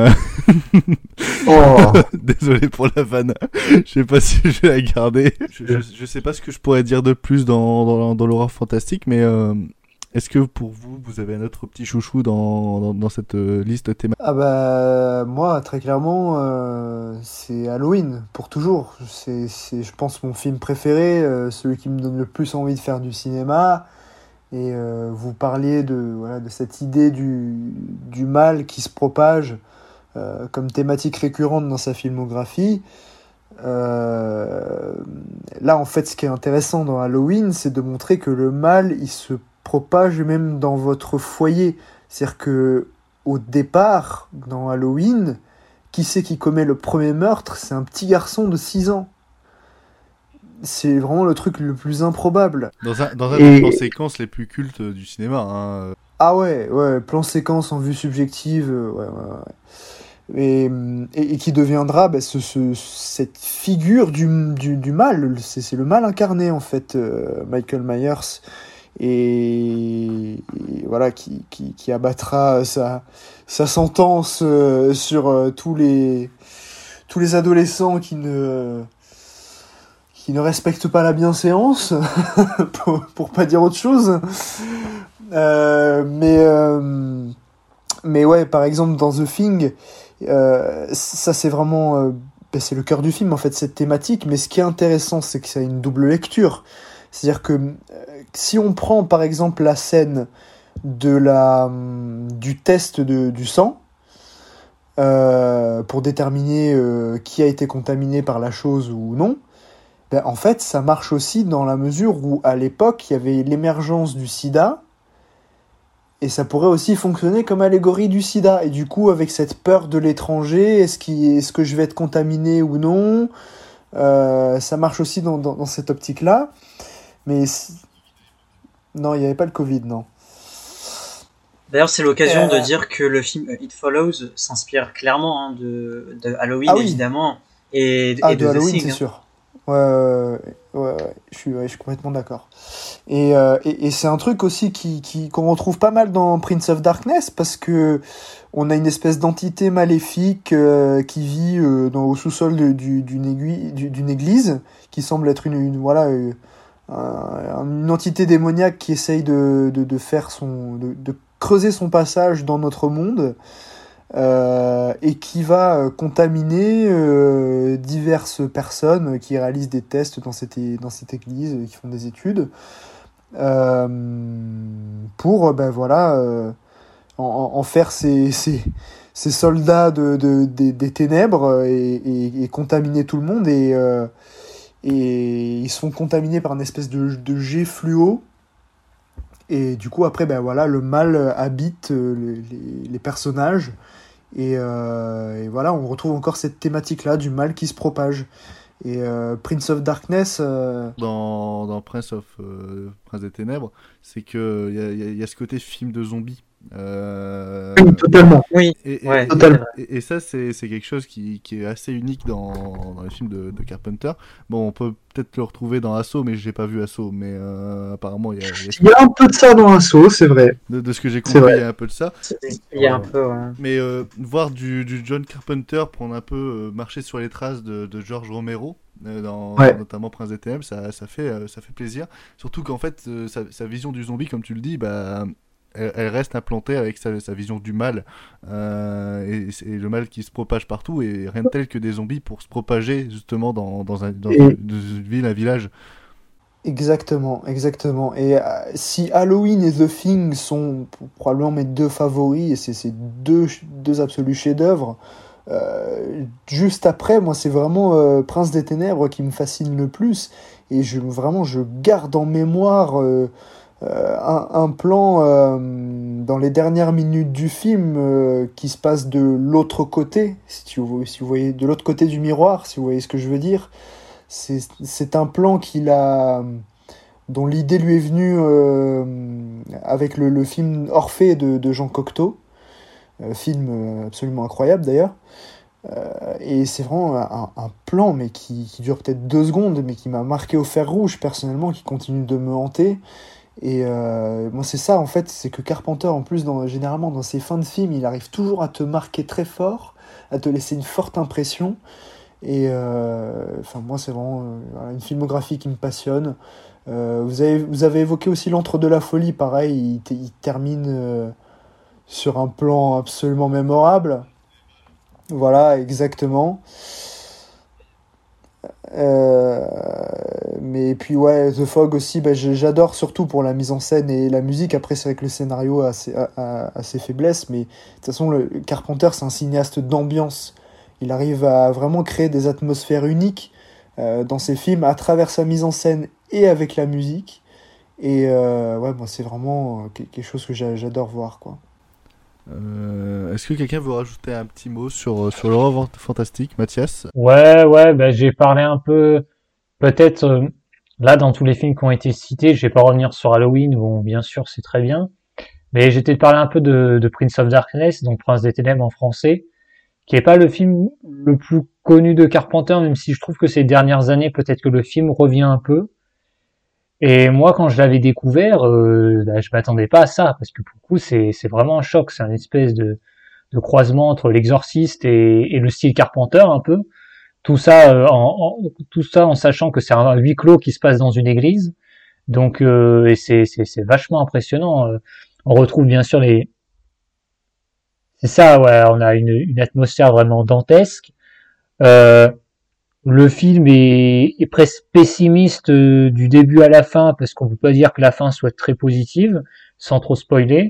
Speaker 5: Désolé pour la vanne. Je sais pas si je vais la garder. Je sais pas ce que je pourrais dire de plus dans l'horreur fantastique, mais est-ce que pour vous avez un autre petit chouchou dans cette liste thématique ?
Speaker 8: Moi, très clairement, c'est Halloween, pour toujours. C'est, je pense, mon film préféré, celui qui me donne le plus envie de faire du cinéma. Et vous parliez de cette idée du mal qui se propage comme thématique récurrente dans sa filmographie. Là, en fait, ce qui est intéressant dans Halloween, c'est de montrer que le mal, il se propage même dans votre foyer. C'est-à-dire que au départ, dans Halloween, qui c'est qui commet le premier meurtre ? C'est un petit garçon de 6 ans. C'est vraiment le truc le plus improbable.
Speaker 5: Dans un des plans séquences les plus cultes du cinéma. Hein.
Speaker 8: Ah ouais, plan séquence en vue subjective, Et qui deviendra cette figure du mal. C'est le mal incarné, en fait, Michael Myers. Et voilà, qui abattra sa sentence sur tous les adolescents qui ne respectent pas la bienséance, pour pas dire autre chose. Mais ouais, par exemple dans The Thing, ça c'est vraiment c'est le cœur du film, en fait, cette thématique. Mais ce qui est intéressant, c'est que ça a une double lecture. C'est-à-dire que si on prend par exemple la scène du test du sang, pour déterminer qui a été contaminé par la chose ou non, en fait ça marche aussi dans la mesure où à l'époque il y avait l'émergence du sida, et ça pourrait aussi fonctionner comme allégorie du sida. Et du coup, avec cette peur de l'étranger, est-ce que je vais être contaminé ou non, ça marche aussi dans cette optique-là. Mais non, il n'y avait pas le Covid, non.
Speaker 7: D'ailleurs, c'est l'occasion de dire que le film It Follows s'inspire clairement de Halloween, évidemment, et de
Speaker 8: Halloween,
Speaker 7: The Thing.
Speaker 8: c'est sûr. Je suis complètement d'accord. Et c'est un truc aussi qu'on retrouve pas mal dans Prince of Darkness, parce que on a une espèce d'entité maléfique qui vit au sous-sol d'une église, qui semble être une entité démoniaque qui essaye de faire de creuser son passage dans notre monde. Et qui va contaminer diverses personnes qui réalisent des tests dans cette église, qui font des études, pour en faire ces soldats des ténèbres et contaminer tout le monde, et ils sont contaminés par une espèce de jet fluo. Et du coup, après, le mal habite les personnages. Et voilà, on retrouve encore cette thématique-là du mal qui se propage. Et Prince of Darkness...
Speaker 5: Dans Prince des Ténèbres, c'est qu'il y a ce côté film de zombies.
Speaker 2: Oui, totalement.
Speaker 7: Oui,
Speaker 2: totalement.
Speaker 5: Et ça, c'est quelque chose qui est assez unique dans les films de Carpenter. Bon, on peut peut-être le retrouver dans Assaut, mais j'ai pas vu Assaut. Mais apparemment, il
Speaker 2: y a un peu de ça dans Assaut, c'est vrai.
Speaker 5: De ce que j'ai compris, il y a un peu de ça.
Speaker 7: Il y a un peu, ouais.
Speaker 5: Mais voir du John Carpenter prendre un peu marcher sur les traces de George Romero, notamment Prince des Ténèbres, ça fait plaisir. Surtout qu'en fait, sa vision du zombie, comme tu le dis, elle reste implantée avec sa vision du mal, et le mal qui se propage partout, et rien de tel que des zombies pour se propager justement dans une ville, un village.
Speaker 8: Exactement. Et si Halloween et The Thing sont probablement mes deux favoris, et c'est deux absolus chefs-d'œuvre, juste après, moi, c'est vraiment Prince des Ténèbres qui me fascine le plus, et je garde en mémoire un plan dans les dernières minutes du film qui se passe de l'autre côté, si vous voyez, de l'autre côté du miroir, si vous voyez ce que je veux dire. C'est un plan dont l'idée lui est venue avec le film Orphée de Jean Cocteau, film absolument incroyable d'ailleurs. Et c'est vraiment un plan mais qui dure peut-être 2 secondes, mais qui m'a marqué au fer rouge personnellement, qui continue de me hanter. Et moi c'est ça en fait, c'est que Carpenter en plus généralement dans ses fins de film, il arrive toujours à te marquer très fort, à te laisser une forte impression. Et moi c'est vraiment une filmographie qui me passionne. Vous avez évoqué aussi L'Antre de la Folie, pareil, il termine sur un plan absolument mémorable. Voilà, exactement. Mais puis The Fog aussi, j'adore surtout pour la mise en scène et la musique. Après c'est vrai que le scénario a ses faiblesses, mais de toute façon le Carpenter c'est un cinéaste d'ambiance. Il arrive à vraiment créer des atmosphères uniques dans ses films à travers sa mise en scène et avec la musique. Et moi c'est vraiment quelque chose que j'adore voir, quoi.
Speaker 5: Est-ce que quelqu'un veut rajouter un petit mot sur l'horreur fantastique, Mathias?
Speaker 6: Ouais, j'ai parlé un peu, peut-être, là, dans tous les films qui ont été cités, je vais pas revenir sur Halloween, bon, bien sûr, c'est très bien, mais j'ai peut-être parlé un peu de Prince of Darkness, donc Prince des Ténèbres en français, qui est pas le film le plus connu de Carpenter, même si je trouve que ces dernières années, peut-être que le film revient un peu. Et moi, quand je l'avais découvert, je m'attendais pas à ça, parce que pour le coup, c'est vraiment un choc. C'est un espèce de croisement entre l'Exorciste et le style Carpenter un peu. Tout ça, tout ça en sachant que c'est un huis clos qui se passe dans une église. Donc, et c'est vachement impressionnant. On retrouve bien sûr c'est ça, ouais, on a une atmosphère vraiment dantesque. Le film est presque pessimiste du début à la fin, parce qu'on peut pas dire que la fin soit très positive, sans trop spoiler.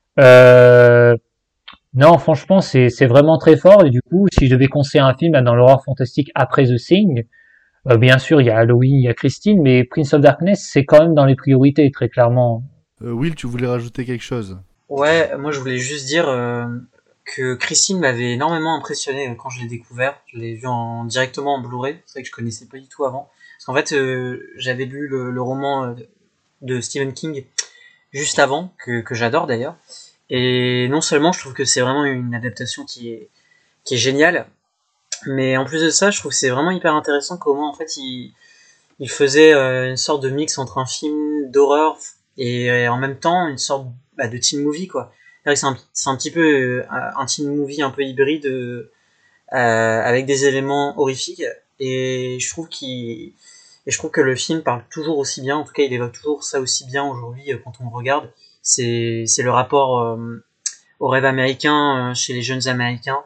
Speaker 6: Non, franchement, c'est vraiment très fort. Et du coup, si je devais conseiller un film dans l'horreur fantastique après The Thing, bien sûr, il y a Halloween, il y a Christine, mais Prince of Darkness, c'est quand même dans les priorités, très clairement.
Speaker 5: Will, tu voulais rajouter quelque chose?
Speaker 7: Ouais, moi je voulais juste dire que Christine m'avait énormément impressionné quand je l'ai découvert. Je l'ai vu directement en Blu-ray, c'est vrai que je connaissais pas du tout avant. Parce qu'en fait, j'avais lu le roman de Stephen King juste avant, que j'adore d'ailleurs. Et non seulement je trouve que c'est vraiment une adaptation qui est géniale, Mais en plus de ça, je trouve que c'est vraiment hyper intéressant comment en fait il faisait une sorte de mix entre un film d'horreur et en même temps une sorte de teen movie quoi. C'est un petit peu un teen movie un peu hybride avec des éléments horrifiques et je trouve que le film parle toujours aussi bien, en tout cas il évoque toujours ça aussi bien aujourd'hui quand on le regarde. C'est le rapport au rêve américain chez les jeunes américains.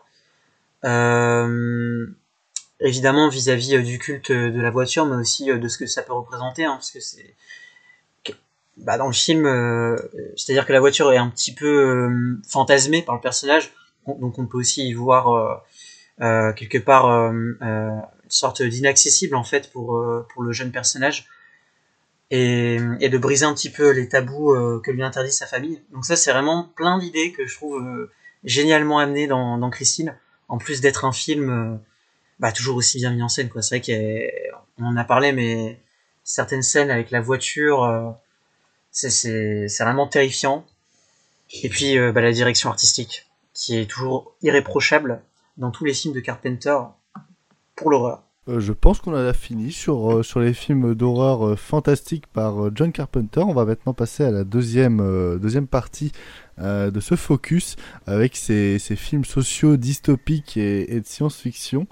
Speaker 7: Évidemment vis-à-vis du culte de la voiture, mais aussi de ce que ça peut représenter, parce que c'est dans le film, c'est-à-dire que la voiture est un petit peu fantasmée par le personnage, donc on peut aussi y voir quelque part une sorte d'inaccessible en fait pour le jeune personnage et de briser un petit peu les tabous que lui interdit sa famille. Donc ça c'est vraiment plein d'idées que je trouve génialement amenées dans Christine, en plus d'être un film toujours aussi bien mis en scène quoi. C'est vrai qu'on en a parlé, mais certaines scènes avec la voiture c'est vraiment terrifiant. Et puis la direction artistique qui est toujours irréprochable dans tous les films de Carpenter pour l'horreur.
Speaker 5: Je pense qu'on en a fini sur les films d'horreur fantastiques par John Carpenter. On va maintenant passer à la deuxième partie de ce focus avec ces films sociaux dystopiques et de science-fiction.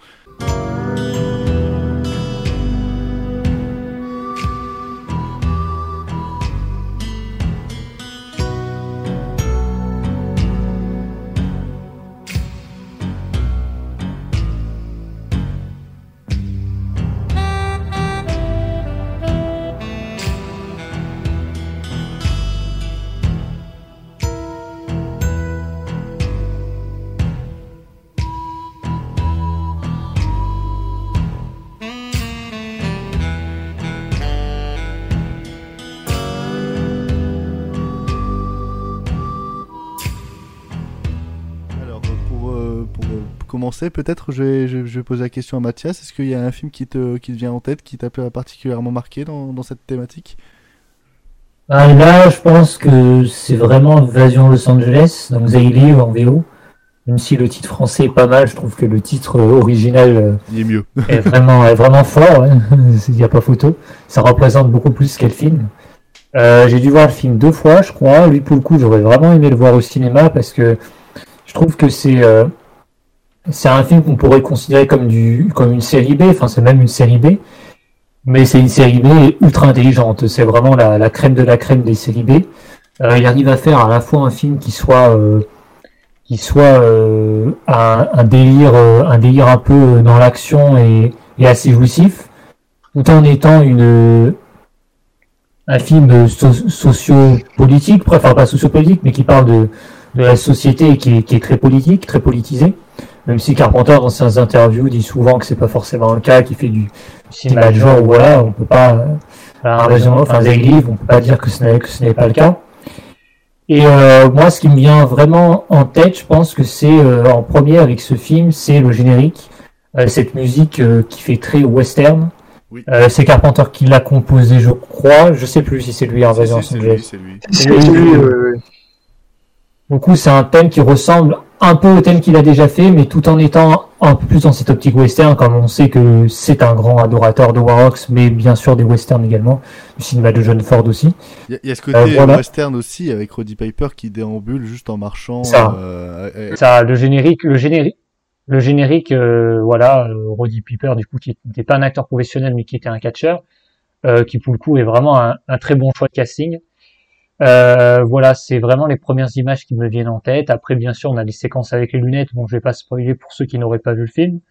Speaker 5: Commencer, peut-être je vais poser la question à Mathias. Est-ce qu'il y a un film qui te vient en tête, qui t'a particulièrement marqué dans cette thématique?
Speaker 6: Là, je pense que c'est vraiment Invasion Los Angeles, donc They Live en VO. Même si le titre français est pas mal, je trouve que le titre original
Speaker 5: il est mieux.
Speaker 6: est vraiment fort, ouais. Il n'y a pas photo. Ça représente beaucoup plus qu'est le film. J'ai dû voir le film 2 fois, je crois. Lui, pour le coup, j'aurais vraiment aimé le voir au cinéma parce que je trouve que c'est un film qu'on pourrait considérer comme une série B, enfin c'est même une série B, mais c'est une série B ultra intelligente, c'est vraiment la crème de la crème des séries B. Il arrive à faire à la fois un film qui soit un délire un peu dans l'action et assez jouissif, tout en étant un film socio-politique, enfin pas socio-politique, mais qui parle de la société et qui est très politique, très politisée. Même si Carpenter, dans ses interviews, dit souvent que c'est pas forcément le cas, qu'il fait du cinéma de genre, voilà, on peut pas, They Live, on peut pas dire que ce n'est pas le cas. Et moi, ce qui me vient vraiment en tête, je pense que c'est en premier avec ce film, c'est le générique, cette musique qui fait très western.
Speaker 5: Oui.
Speaker 6: C'est Carpenter qui l'a composé, je crois. Je sais plus si c'est lui, Invasion Los Angeles.
Speaker 2: C'est lui.
Speaker 6: Du coup, c'est un thème qui ressemble un peu au thème qu'il a déjà fait, mais tout en étant un peu plus dans cette optique western, comme on sait que c'est un grand adorateur de Warhawks, mais bien sûr des westerns également, du cinéma de John Ford aussi.
Speaker 5: Il y a ce côté western aussi, avec Roddy Piper qui déambule juste en marchant.
Speaker 6: Ça, le générique, Roddy Piper, du coup, qui n'était pas un acteur professionnel, mais qui était un catcheur, qui pour le coup est vraiment un très bon choix de casting. C'est vraiment les premières images qui me viennent en tête. Après, bien sûr, on a les séquences avec les lunettes, bon, je vais pas spoiler pour ceux qui n'auraient pas vu le film.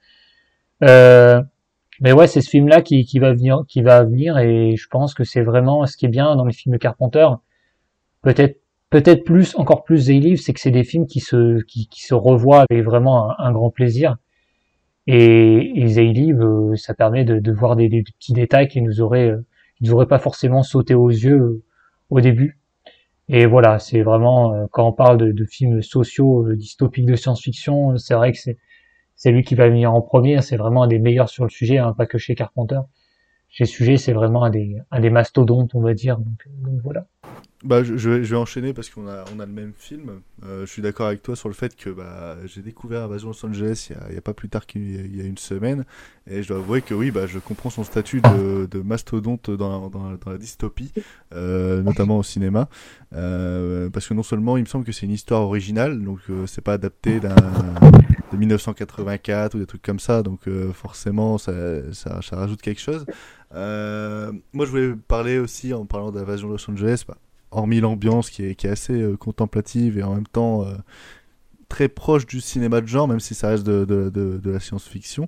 Speaker 6: Mais ouais, c'est ce film-là qui va venir, et je pense que c'est vraiment ce qui est bien dans les films de Carpenter. Peut-être encore plus They Live, c'est que c'est des films qui se revoient avec vraiment un grand plaisir. Et They Live, ça permet de voir des petits détails qui nous auraient pas forcément sauté aux yeux au début. Et voilà, c'est vraiment, quand on parle de films sociaux, dystopiques de science-fiction, c'est vrai que c'est lui qui va venir en premier, c'est vraiment un des meilleurs sur le sujet, pas que chez Carpenter. Chez ce sujet, c'est vraiment un des mastodontes, on va dire, donc voilà.
Speaker 5: Bah, je vais enchaîner parce qu'on a le même film. Je suis d'accord avec toi sur le fait que j'ai découvert Invasion Los Angeles il y a pas plus tard qu'il y a une semaine. Et je dois avouer que oui, je comprends son statut de mastodonte dans la dystopie, notamment au cinéma. Parce que non seulement il me semble que c'est une histoire originale, donc c'est pas adapté de 1984 ou des trucs comme ça, donc forcément ça rajoute quelque chose. Moi je voulais parler aussi, en parlant d'Invasion Los Angeles, hormis l'ambiance qui est assez contemplative et en même temps très proche du cinéma de genre, même si ça reste de la science-fiction.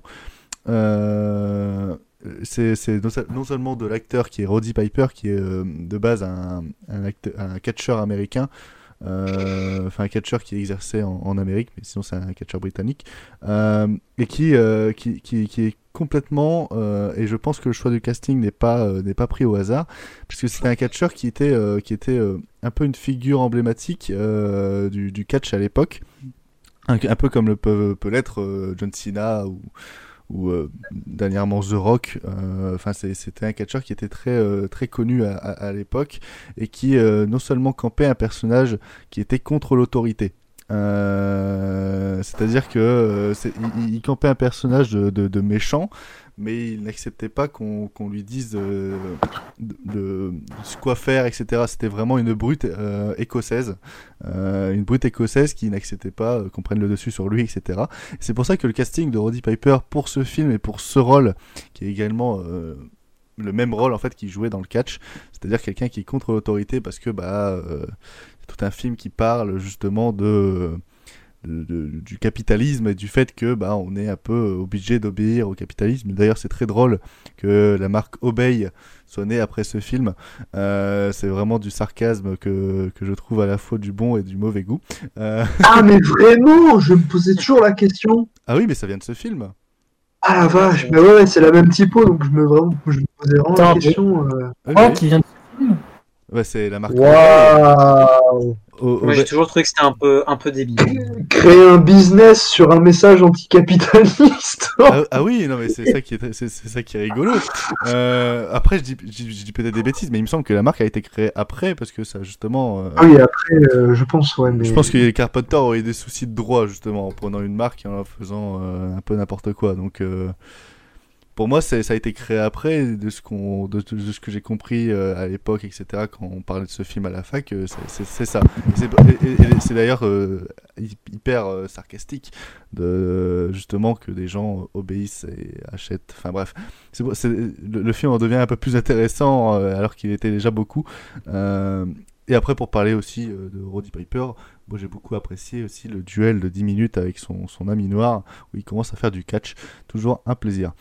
Speaker 5: C'est non seulement de l'acteur qui est Roddy Piper, qui est de base un catcheur américain, un catcheur qui est exercé en Amérique, mais sinon c'est un catcheur britannique, et qui est complètement, et je pense que le choix du casting n'est pas pris au hasard, parce que c'était un catcheur qui était un peu une figure emblématique du catch à l'époque, un peu comme peut l'être John Cena ou dernièrement The Rock. C'était un catcheur qui était très connu à l'époque et qui non seulement campait un personnage qui était contre l'autorité. C'est-à-dire que il campait un personnage de méchant, mais il n'acceptait pas qu'on lui dise de quoi faire, etc. C'était vraiment une brute écossaise, qui n'acceptait pas qu'on prenne le dessus sur lui, etc. Et c'est pour ça que le casting de Roddy Piper pour ce film et pour ce rôle, qui est également le même rôle en fait qu'il jouait dans le catch, c'est-à-dire quelqu'un qui est contre l'autorité, parce que c'est tout un film qui parle justement du capitalisme et du fait que on est un peu obligé d'obéir au capitalisme. D'ailleurs, c'est très drôle que la marque Obey soit née après ce film. C'est vraiment du sarcasme que je trouve à la fois du bon et du mauvais goût.
Speaker 2: Ah, mais vraiment, je me posais toujours la question.
Speaker 5: Ah oui, mais ça vient de ce film.
Speaker 2: Ah la vache, mais ouais, c'est la même typo, donc je me posais vraiment la question.
Speaker 6: Qui vient de ce film?
Speaker 5: Ouais, c'est la marque.
Speaker 2: Waouh!
Speaker 7: Moi, j'ai toujours trouvé que c'était un peu débile.
Speaker 2: Créer un business sur un message anticapitaliste.
Speaker 5: Ah oui, non mais c'est ça qui est rigolo. Après, je dis peut-être des bêtises, mais il me semble que la marque a été créée après, parce que ça justement.
Speaker 2: Ah oui, après, je pense, ouais. Mais...
Speaker 5: Je pense que les Carpenter auraient eu des soucis de droit justement en prenant une marque et en faisant un peu n'importe quoi. Donc pour moi, ça a été créé après, de ce que j'ai compris à l'époque, etc. Quand on parlait de ce film à la fac, c'est ça. Et c'est d'ailleurs hyper sarcastique justement que des gens obéissent et achètent. Enfin bref, le film en devient un peu plus intéressant alors qu'il était déjà beaucoup. Et après, pour parler aussi de Roddy Piper, moi j'ai beaucoup apprécié aussi le duel de 10 minutes avec son ami noir, où il commence à faire du catch. Toujours un plaisir.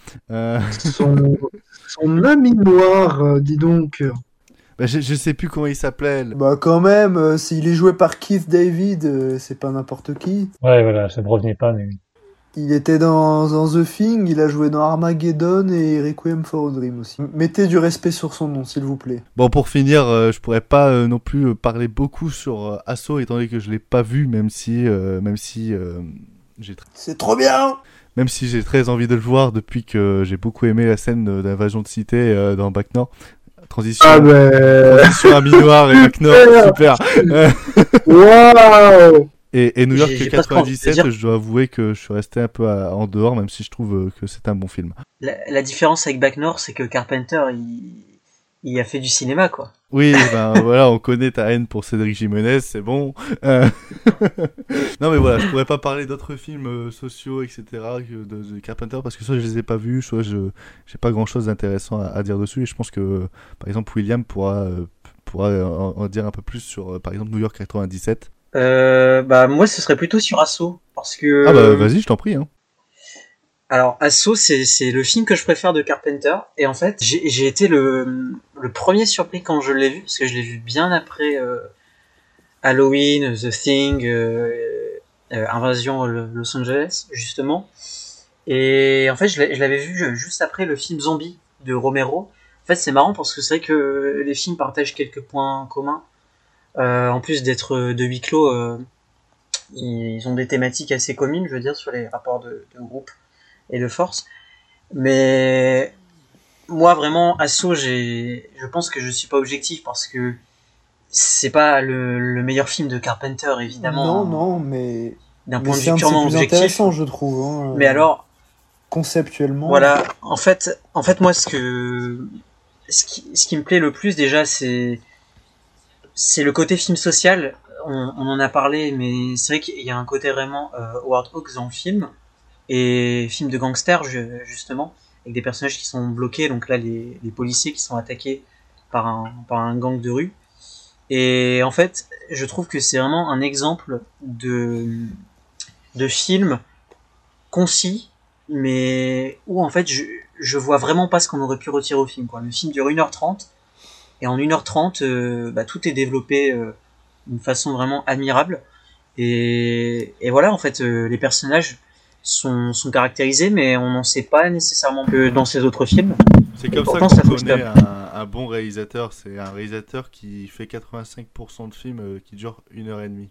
Speaker 2: Son ami noir, dis donc.
Speaker 5: Je sais plus comment il s'appelait.
Speaker 8: Bah quand même, s'il est joué par Keith David, c'est pas n'importe qui.
Speaker 6: Ouais, voilà, ça me revenait pas, mais...
Speaker 8: Il était dans The Thing, il a joué dans Armageddon et Requiem for a Dream aussi. Mettez du respect sur son nom, s'il vous plaît.
Speaker 5: Bon, pour finir, je pourrais pas non plus parler beaucoup sur Assaut, étant donné que je l'ai pas vu, même si j'ai...
Speaker 8: C'est trop bien!
Speaker 5: Même si j'ai très envie de le voir depuis que j'ai beaucoup aimé la scène d'invasion de cité dans Bac Nord. Transition à mi-noir et Bac Nord, super!
Speaker 2: Waouh!
Speaker 5: Et New York 97, je dois avouer que je suis resté un peu en dehors, même si je trouve que c'est un bon film.
Speaker 7: La différence avec Bac Nord, c'est que Carpenter, il a fait du cinéma, quoi.
Speaker 5: Oui, voilà, on connaît ta haine pour Cédric Jimenez, c'est bon. Non mais voilà, je pourrais pas parler d'autres films sociaux, etc. de Carpenter, parce que soit je les ai pas vus, soit j'ai pas grand chose d'intéressant à dire dessus, et je pense que, par exemple, William pourra en dire un peu plus sur, par exemple, New York 97.
Speaker 7: Moi ce serait plutôt sur Assaut, parce que...
Speaker 5: Ah bah vas-y, je t'en prie. Hein.
Speaker 7: Alors Assaut, c'est le film que je préfère de Carpenter, et en fait j'ai été le premier surpris quand je l'ai vu, parce que je l'ai vu bien après Halloween, The Thing, Invasion Los Angeles justement, et en fait je l'avais vu juste après le film Zombie de Romero. En fait c'est marrant parce que c'est vrai que les films partagent quelques points communs. En plus d'être de huis clos, ils ont des thématiques assez communes, je veux dire, sur les rapports de groupe et de force. Mais moi, vraiment, Assaut, je pense que je suis pas objectif, parce que c'est pas le meilleur film de Carpenter, évidemment.
Speaker 8: Non, mais
Speaker 7: d'un point de
Speaker 8: c'est
Speaker 7: vue purement
Speaker 8: plus
Speaker 7: objectif.
Speaker 8: intéressant, je trouve. Hein,
Speaker 7: mais alors,
Speaker 8: conceptuellement.
Speaker 7: Voilà. En fait, moi, ce qui me plaît le plus déjà, c'est le côté film social. On en a parlé, mais c'est vrai qu'il y a un côté vraiment Howard Hawks dans le film et film de gangster justement, avec des personnages qui sont bloqués. Donc là, les policiers qui sont attaqués par un gang de rue. Et en fait, je trouve que c'est vraiment un exemple de film concis, mais où en fait je vois vraiment pas ce qu'on aurait pu retirer au film, quoi. Le film dure 1h30 et en 1h30 tout est développé d'une façon vraiment admirable et voilà, en fait les personnages sont caractérisés, mais on n'en sait pas nécessairement que dans ces autres films.
Speaker 5: C'est comme
Speaker 7: pourtant,
Speaker 5: ça qu'on connaît un bon réalisateur. C'est un réalisateur qui fait 85% de films qui durent 1h30.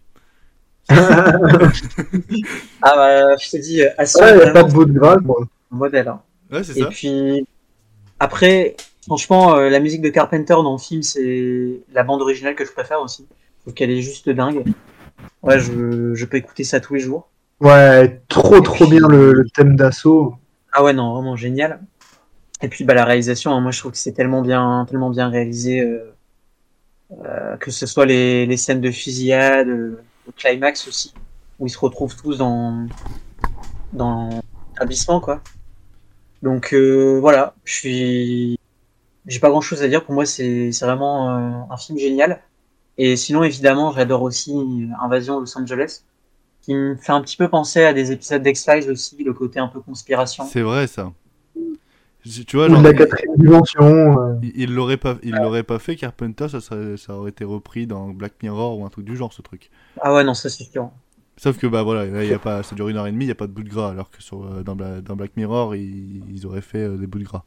Speaker 7: Ah bah, je te dis,
Speaker 2: il n'y a pas de bout de gras, quoi.
Speaker 7: Modèle. Hein.
Speaker 5: Ouais, c'est
Speaker 7: et
Speaker 5: ça.
Speaker 7: Puis, après, franchement, la musique de Carpenter dans le film, c'est la bande originale que je préfère aussi. Je trouve qu'elle est juste dingue. Ouais, je peux écouter ça tous les jours.
Speaker 2: Ouais, trop bien le thème d'assaut.
Speaker 7: Ah ouais, non, vraiment génial. Et puis la réalisation, moi je trouve que c'est tellement bien réalisé, que ce soit les scènes de fusillade, le climax aussi, où ils se retrouvent tous dans l'abyssement, quoi. Donc voilà, j'ai pas grand chose à dire. Pour moi, c'est vraiment un film génial. Et sinon, évidemment, j'adore aussi Invasion Los Angeles, qui me fait un petit peu penser à des épisodes d'X-Files aussi, le côté un peu conspiration.
Speaker 5: C'est vrai, ça. Tu vois,
Speaker 2: ou de la quatrième dimension.
Speaker 5: Il l'aurait pas fait, Carpenter, ça aurait été repris dans Black Mirror ou un truc du genre, ce truc.
Speaker 7: Ah ouais, non, ça c'est sûr.
Speaker 5: Sauf que bah voilà, là, y a pas, ça dure 1h30, il n'y a pas de bout de gras, alors que dans Black Mirror, ils auraient fait des bouts de gras.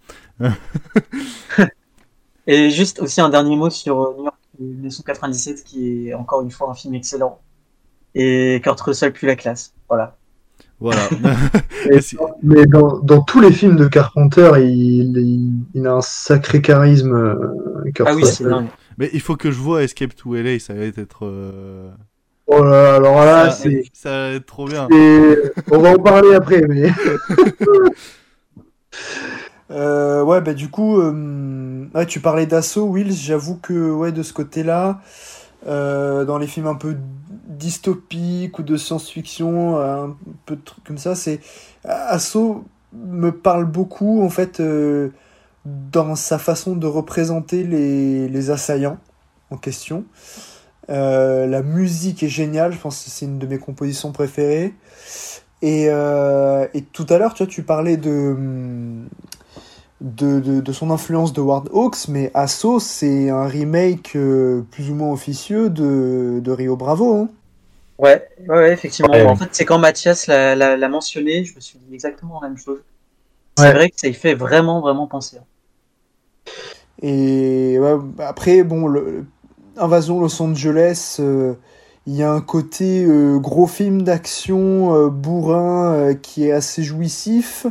Speaker 7: Et juste aussi un dernier mot sur New York 1997, qui est encore une fois un film excellent. Et Kurt Russell pue la classe. Voilà.
Speaker 2: Mais dans tous les films de Carpenter, il a un sacré charisme. Kurt
Speaker 7: oui,
Speaker 2: Russell.
Speaker 7: c'est dingue.
Speaker 5: Mais il faut que je vois Escape to LA, ça va être...
Speaker 2: Oh là, alors là,
Speaker 5: ça va être trop bien.
Speaker 2: On va en parler après, mais...
Speaker 8: Ouais, bah du coup, ouais, tu parlais d'assaut, Will. J'avoue que ouais, de ce côté-là, dans les films un peu dystopiques ou de science-fiction, un peu de trucs comme ça, Assaut me parle beaucoup en fait dans sa façon de représenter les assaillants en question. La musique est géniale, je pense que c'est une de mes compositions préférées. Et tout à l'heure, tu parlais de son influence de Howard Hawks, mais Assaut, c'est un remake plus ou moins officieux de Rio Bravo. Hein.
Speaker 7: Ouais, effectivement. Ouais. En fait, c'est quand Mathias l'a mentionné, je me suis dit exactement la même chose. C'est vrai que ça y fait vraiment, vraiment penser.
Speaker 8: Et ouais, après, bon, Invasion Los Angeles, il y a un côté gros film d'action bourrin qui est assez jouissif.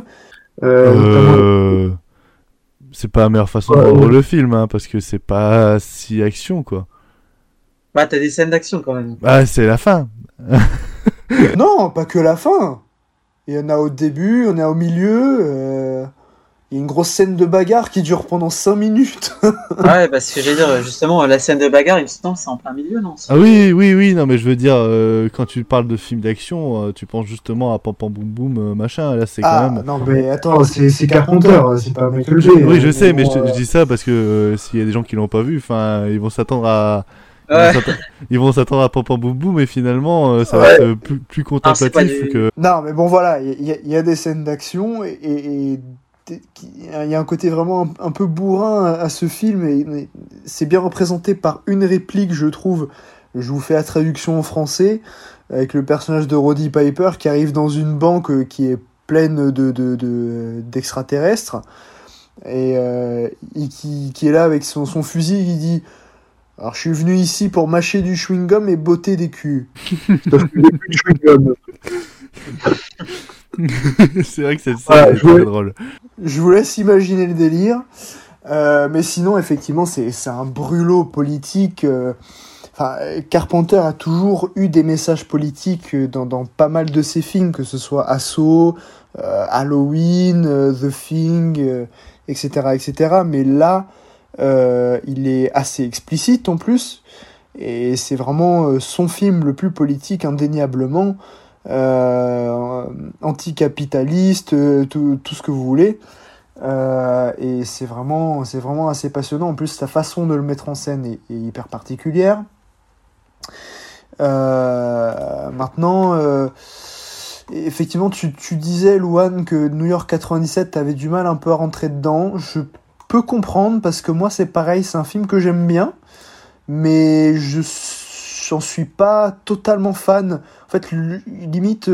Speaker 5: C'est pas la meilleure façon de rendre le film, hein, parce que c'est pas si action, quoi.
Speaker 7: Bah, t'as des scènes d'action quand même.
Speaker 5: Ah, c'est la fin.
Speaker 8: Non, pas que la fin. Il y en a au début, on est au milieu. Il y a une grosse scène de bagarre qui dure pendant 5 minutes.
Speaker 7: Ouais, parce que j'allais dire, justement, la scène de bagarre, il me semble, c'est en plein milieu, non?
Speaker 5: Ah oui, non, mais je veux dire, quand tu parles de films d'action, tu penses justement à Pam Pam Boum Boum, machin, là c'est quand même...
Speaker 2: non, mais attends, c'est Carpenter, c'est pas Michael Bay.
Speaker 5: Oui, je sais, mais je dis ça parce que s'il y a des gens qui l'ont pas vu, enfin, ils vont s'attendre à... Ils vont s'attendre à Pam Pam Boum Boum, et finalement, ça va être plus contemplatif que...
Speaker 8: Non, mais bon, voilà, il y a des scènes d'action, et il y a un côté vraiment un peu bourrin à ce film, et c'est bien représenté par une réplique, je trouve. Je vous fais la traduction en français, avec le personnage de Roddy Piper qui arrive dans une banque qui est pleine d'extraterrestres, et qui est là avec son fusil, qui dit: alors je suis venu ici pour mâcher du chewing-gum et botter des culs.
Speaker 5: C'est vrai que cette scène est très drôle.
Speaker 8: Je vous laisse imaginer le délire. Mais sinon, effectivement, c'est un brûlot politique Enfin, Carpenter a toujours eu des messages politiques dans pas mal de ses films, que ce soit Assaut, Halloween, The Thing, etc., etc. Mais là, il est assez explicite en plus, et c'est vraiment son film le plus politique indéniablement, anticapitaliste, tout ce que vous voulez. Et c'est vraiment assez passionnant. En plus, sa façon de le mettre en scène est hyper particulière. Maintenant, effectivement, tu disais, Louane, que New York 97, t'avais du mal un peu à rentrer dedans. Je peux comprendre, parce que moi, c'est pareil, c'est un film que j'aime bien, mais j'en suis pas totalement fan. En fait, limite,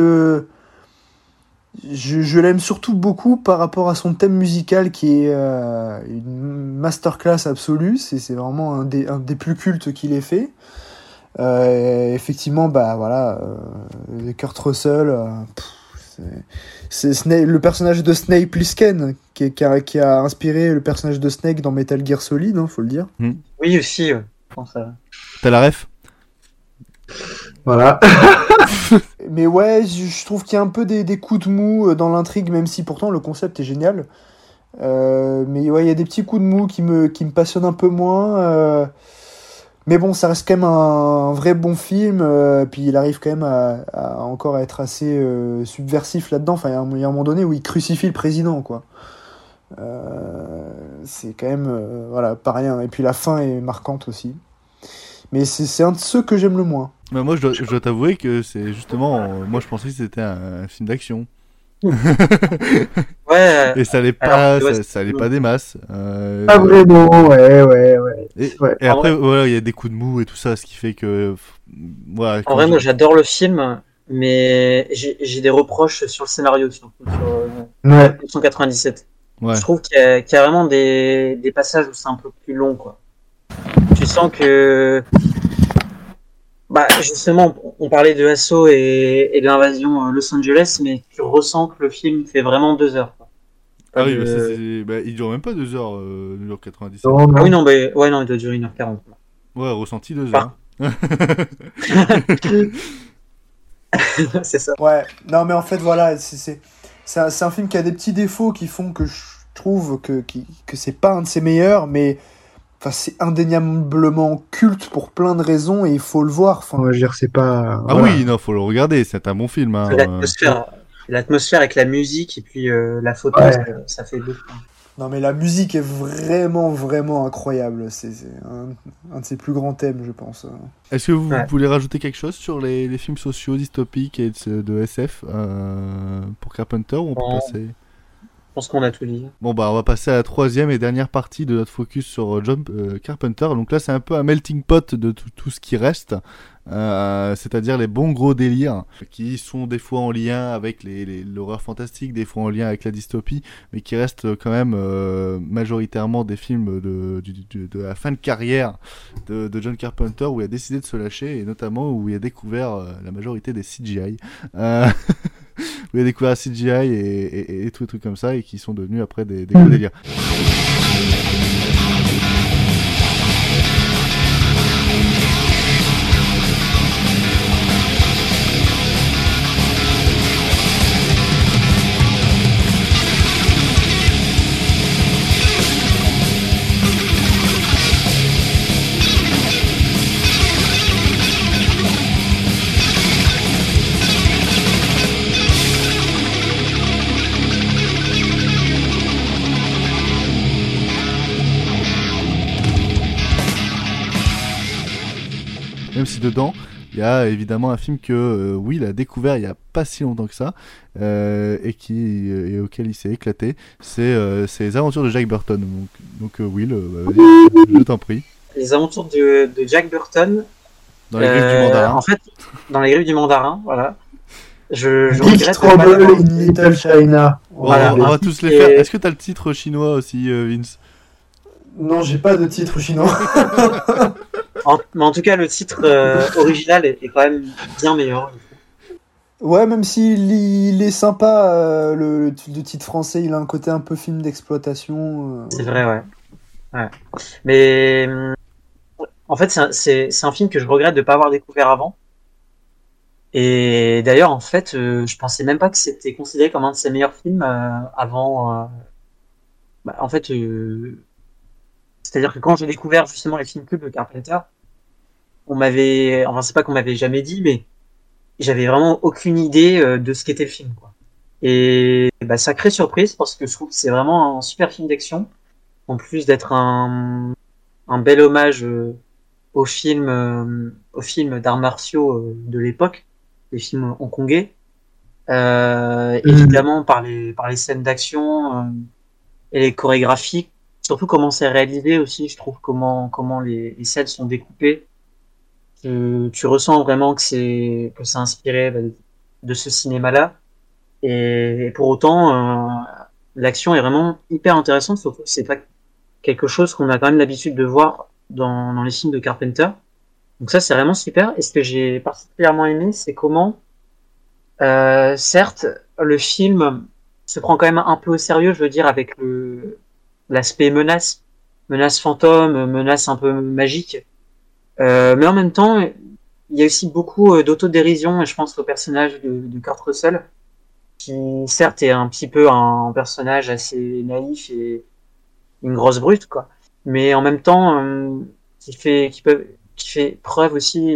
Speaker 8: je l'aime surtout beaucoup par rapport à son thème musical qui est une masterclass absolue. C'est vraiment un des plus cultes qu'il ait fait. Effectivement, bah voilà, Kurt Russell, c'est le personnage de Snake Plissken qui a inspiré le personnage de Snake dans Metal Gear Solid, hein, faut le dire.
Speaker 7: Oui, aussi, je pense à...
Speaker 5: T'as la ref?
Speaker 2: Voilà.
Speaker 8: Mais ouais, je trouve qu'il y a un peu des coups de mou dans l'intrigue, même si pourtant le concept est génial. Mais ouais, il y a des petits coups de mou qui me passionnent un peu moins. Mais bon, ça reste quand même un vrai bon film. Puis il arrive quand même à encore être assez subversif là-dedans. Enfin, il y a un moment donné où il crucifie le président, quoi. C'est quand même voilà, pas rien. Et puis la fin est marquante aussi. Mais c'est un de ceux que j'aime le moins.
Speaker 5: Bah moi, je dois t'avouer que c'est justement... moi, je pensais que c'était un film d'action.
Speaker 7: Ouais.
Speaker 5: Et ça allait pas, ça allait pas des masses.
Speaker 2: Pas vraiment, ouais.
Speaker 5: Et après, voilà, il y a des coups de mou et tout ça, ce qui fait que... Voilà,
Speaker 7: en vrai, moi, j'adore le film, mais j'ai des reproches sur le scénario, sur 1997.
Speaker 5: Ouais.
Speaker 7: Je trouve qu'il y a vraiment des passages où c'est un peu plus long, quoi. Tu sens que... Bah, justement, on parlait de Assaut et de l'invasion Los Angeles, mais tu ressens que le film fait vraiment 2 heures. Quoi.
Speaker 5: Ah oui, il dure même pas 2 heures, New York 97.
Speaker 7: Ah oui, non, mais ouais, non, il doit durer 1h40.
Speaker 5: Ouais, ressenti 2 heures.
Speaker 7: C'est ça.
Speaker 8: Ouais, non, mais en fait, voilà, c'est un film qui a des petits défauts qui font que je trouve que c'est pas un de ses meilleurs, mais... Enfin, c'est indéniablement culte pour plein de raisons et il faut le voir. Enfin,
Speaker 2: je veux dire, c'est pas.
Speaker 5: Ah oui, non, faut le regarder. C'est un bon film. Hein.
Speaker 7: L'atmosphère avec la musique et puis la photo, ça fait beaucoup.
Speaker 8: Non, mais la musique est vraiment, vraiment incroyable. C'est un de ses plus grands thèmes, je pense.
Speaker 5: Est-ce que vous voulez rajouter quelque chose sur les films sociaux, dystopiques et de SF pour Carpenter ou on peut passer?
Speaker 7: Je pense qu'on a tout dit.
Speaker 5: Bon bah on va passer à la troisième et dernière partie de notre focus sur John Carpenter. Donc là c'est un peu un melting pot de tout ce qui reste, c'est-à-dire les bons gros délires qui sont des fois en lien avec l'horreur fantastique, des fois en lien avec la dystopie, mais qui restent quand même majoritairement des films de la fin de carrière de John Carpenter où il a décidé de se lâcher et notamment où il a découvert la majorité des CGI. Où il a découvert CGI et tous les trucs comme ça et qui sont devenus après des gros délires. Même si dedans, il y a évidemment un film que Will a découvert il y a pas si longtemps que ça et auquel il s'est éclaté. C'est les aventures de Jack Burton. Donc Will, je t'en prie.
Speaker 7: Les aventures de Jack Burton.
Speaker 5: Dans les griffes du mandarin.
Speaker 7: En fait, dans les griffes du mandarin, voilà. Je
Speaker 2: Big Trouble in Little China.
Speaker 5: Voilà. On va tous les faire. Est-ce que t'as le titre chinois aussi, Vince?
Speaker 8: Non, j'ai pas de titre chinois.
Speaker 7: Mais en tout cas, le titre original est quand même bien meilleur.
Speaker 8: Ouais, même s'il est sympa, le titre français, il a un côté un peu film d'exploitation.
Speaker 7: C'est vrai, ouais. Mais En fait, c'est un film que je regrette de pas avoir découvert avant. Et d'ailleurs, en fait, je pensais même pas que c'était considéré comme un de ses meilleurs films avant. En fait, c'est-à-dire que quand j'ai découvert justement les films cultes de Carpenter, enfin c'est pas qu'on m'avait jamais dit, mais j'avais vraiment aucune idée de ce qu'était le film, quoi. Et sacrée surprise parce que je trouve que c'est vraiment un super film d'action, en plus d'être un bel hommage aux films d'arts martiaux de l'époque, les films hongkongais. Évidemment par les scènes d'action et les chorégraphies, surtout comment c'est réalisé aussi, je trouve comment les scènes sont découpées. Tu ressens vraiment que c'est inspiré de ce cinéma-là. Et pour autant, l'action est vraiment hyper intéressante, surtout que c'est pas quelque chose qu'on a quand même l'habitude de voir dans les films de Carpenter. Donc ça, c'est vraiment super. Et ce que j'ai particulièrement aimé, c'est comment, certes, le film se prend quand même un peu au sérieux, je veux dire, avec l'aspect menace fantôme, menace un peu magique. Mais en même temps, il y a aussi beaucoup d'autodérision, et je pense au personnage de Kurt Russell, qui certes est un petit peu un personnage assez naïf et une grosse brute, quoi. Mais en même temps, qui fait preuve aussi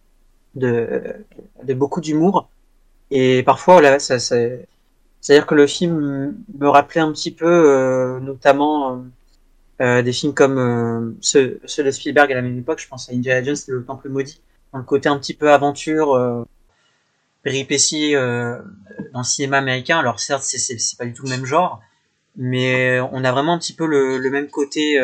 Speaker 7: de beaucoup d'humour. Et parfois, voilà, c'est-à-dire que le film me rappelait un petit peu, notamment des films comme ceux de Spielberg à la même époque. Je pense à Indiana Jones et le Temple maudit, dans le côté un petit peu aventure, péripéties dans le cinéma américain. Alors certes, c'est pas du tout le même genre, mais on a vraiment un petit peu le même côté.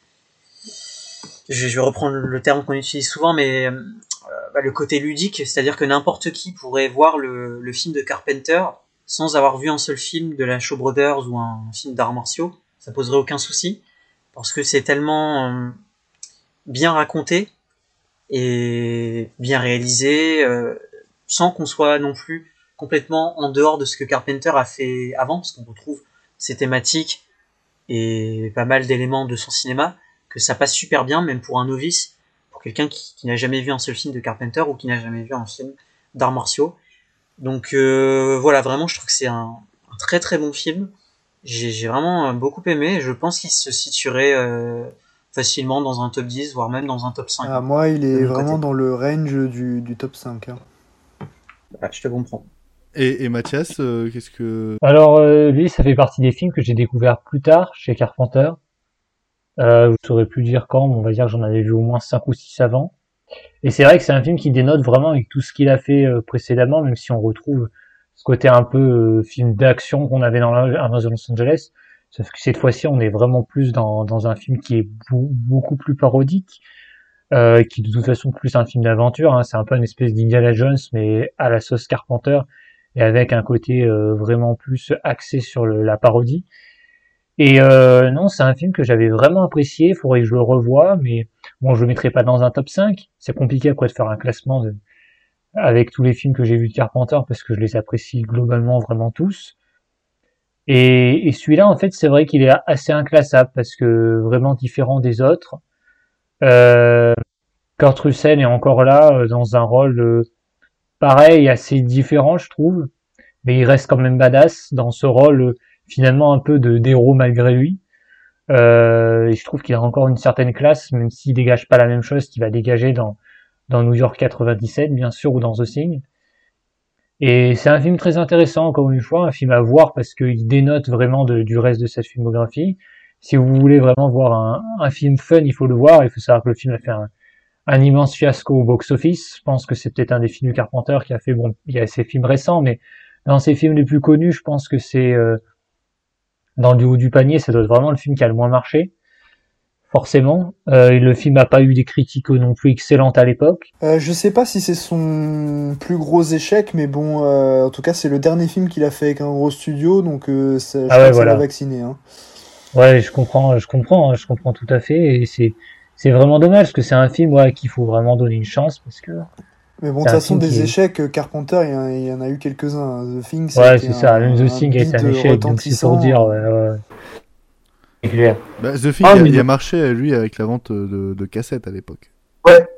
Speaker 7: Je vais reprendre le terme qu'on utilise souvent, mais le côté ludique, c'est-à-dire que n'importe qui pourrait voir le film de Carpenter sans avoir vu un seul film de la Shaw Brothers ou un film d'arts martiaux. Ça poserait aucun souci, parce que c'est tellement bien raconté et bien réalisé, sans qu'on soit non plus complètement en dehors de ce que Carpenter a fait avant, parce qu'on retrouve ses thématiques et pas mal d'éléments de son cinéma, que ça passe super bien, même pour un novice, pour quelqu'un qui n'a jamais vu un seul film de Carpenter ou qui n'a jamais vu un film d'arts martiaux. Donc voilà, vraiment, je trouve que c'est un très très bon film. J'ai vraiment beaucoup aimé, et je pense qu'il se situerait facilement dans un top 10, voire même dans un top 5.
Speaker 8: Ah, moi, il est vraiment dans le range du top 5. Hein.
Speaker 7: Ouais, je te comprends.
Speaker 5: Et Mathias, qu'est-ce que...
Speaker 6: Alors, lui, ça fait partie des films que j'ai découvert plus tard chez Carpenter. Je saurais plus dire quand, mais on va dire que j'en avais vu au moins 5 ou 6 avant. Et c'est vrai que c'est un film qui dénote vraiment avec tout ce qu'il a fait précédemment, même si on retrouve ce côté un peu film d'action qu'on avait dans Invasion de Los Angeles. Sauf que cette fois-ci, on est vraiment plus dans un film qui est beaucoup plus parodique, qui de toute façon plus un film d'aventure. Hein. C'est un peu une espèce d'Indiana Jones, mais à la sauce Carpenter, et avec un côté vraiment plus axé sur la parodie. Et non, c'est un film que j'avais vraiment apprécié, il faudrait que je le revoie, mais bon, je le mettrai pas dans un top 5. C'est compliqué après de faire un classement avec tous les films que j'ai vus de Carpenter, parce que je les apprécie globalement vraiment tous. Et celui-là, en fait, c'est vrai qu'il est assez inclassable, parce que vraiment différent des autres. Kurt Russell est encore là, dans un rôle pareil, assez différent, je trouve, mais il reste quand même badass dans ce rôle finalement un peu d'héros malgré lui. Et je trouve qu'il a encore une certaine classe, même s'il dégage pas la même chose qu'il va dégager dans New York 97, bien sûr, ou dans The Thing. Et c'est un film très intéressant, encore une fois, un film à voir parce qu'il dénote vraiment du reste de cette filmographie. Si vous voulez vraiment voir un film fun, il faut le voir. Il faut savoir que le film a fait un immense fiasco au box-office. Je pense que c'est peut-être un des films de Carpenter qui a fait, bon, il y a ses films récents, mais dans ses films les plus connus, je pense que c'est dans le haut du panier, ça doit être vraiment le film qui a le moins marché, forcément. Le film n'a pas eu des critiques non plus excellentes à l'époque.
Speaker 8: Je sais pas si c'est son plus gros échec, mais bon, en tout cas, c'est le dernier film qu'il a fait avec un gros studio, donc je crois que ça l'a vacciné. Hein.
Speaker 6: Ouais, je comprends tout à fait, et c'est vraiment dommage, parce que c'est un film qu'il faut vraiment donner une chance, parce que...
Speaker 8: Mais bon, de toute façon, des échecs, Carpenter, il y en a eu quelques-uns. The Thing,
Speaker 6: ouais, c'est ça. Même The Thing a été un échec, donc c'est pour dire. Ouais.
Speaker 5: The Thing, il a marché, lui, avec la vente de cassettes à l'époque.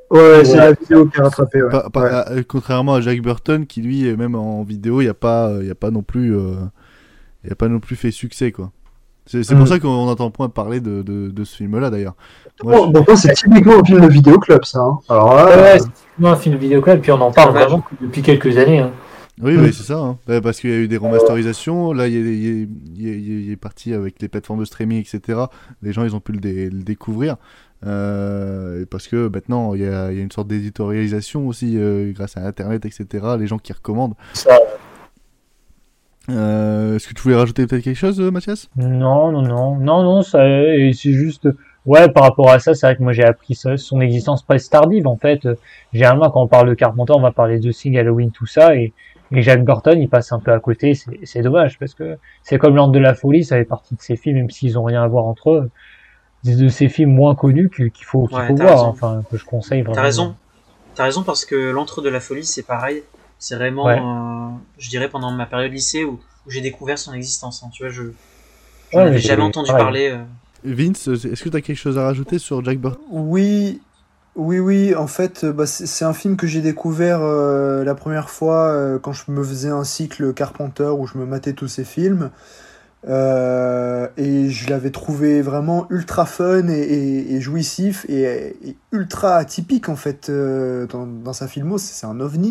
Speaker 2: Ouais, c'est la vidéo qui a rattrapé. Ouais.
Speaker 5: Contrairement à Jack Burton, qui lui, même en vidéo, il n'y a pas non plus fait succès, quoi. C'est pour ça qu'on n'entend point parler de ce film-là, d'ailleurs.
Speaker 2: Bon, c'est typiquement un film de vidéoclub, ça. Hein. Alors
Speaker 6: c'est typiquement un film de vidéoclub, puis on en parle vraiment depuis quelques années. Hein.
Speaker 5: Oui, c'est ça. Hein. Parce qu'il y a eu des remasterisations. Là, il est parti avec les plateformes de streaming, etc. Les gens, ils ont pu le découvrir. Parce que maintenant, il y a une sorte d'éditorialisation aussi, grâce à Internet, etc. Les gens qui recommandent.
Speaker 6: Ça...
Speaker 5: Est-ce que tu voulais rajouter peut-être quelque chose, Mathias ?
Speaker 6: Non, c'est juste... Ouais, par rapport à ça, c'est vrai que moi j'ai appris son existence presque tardive, en fait. Généralement, quand on parle de Carpenter, on va parler de Thing, Halloween, tout ça, et Jack Burton, il passe un peu à côté, c'est dommage, parce que c'est comme L'Antre de la Folie, ça fait partie de ces films, même s'ils ont rien à voir entre eux, de ces films moins connus qu'il faut voir,
Speaker 7: raison.
Speaker 6: Enfin, que je conseille vraiment.
Speaker 7: T'as raison, parce que L'Antre de la Folie, c'est pareil. C'est vraiment, je dirais, pendant ma période lycée où j'ai découvert son existence. Hein. Tu vois, je n'avais jamais entendu parler.
Speaker 5: Vince, est-ce que tu as quelque chose à rajouter sur Jack Burton ?
Speaker 8: Oui. En fait, c'est un film que j'ai découvert la première fois quand je me faisais un cycle Carpenter où je me matais tous ces films. Et je l'avais trouvé vraiment ultra fun et jouissif et ultra atypique en fait dans sa filmo. C'est un ovni.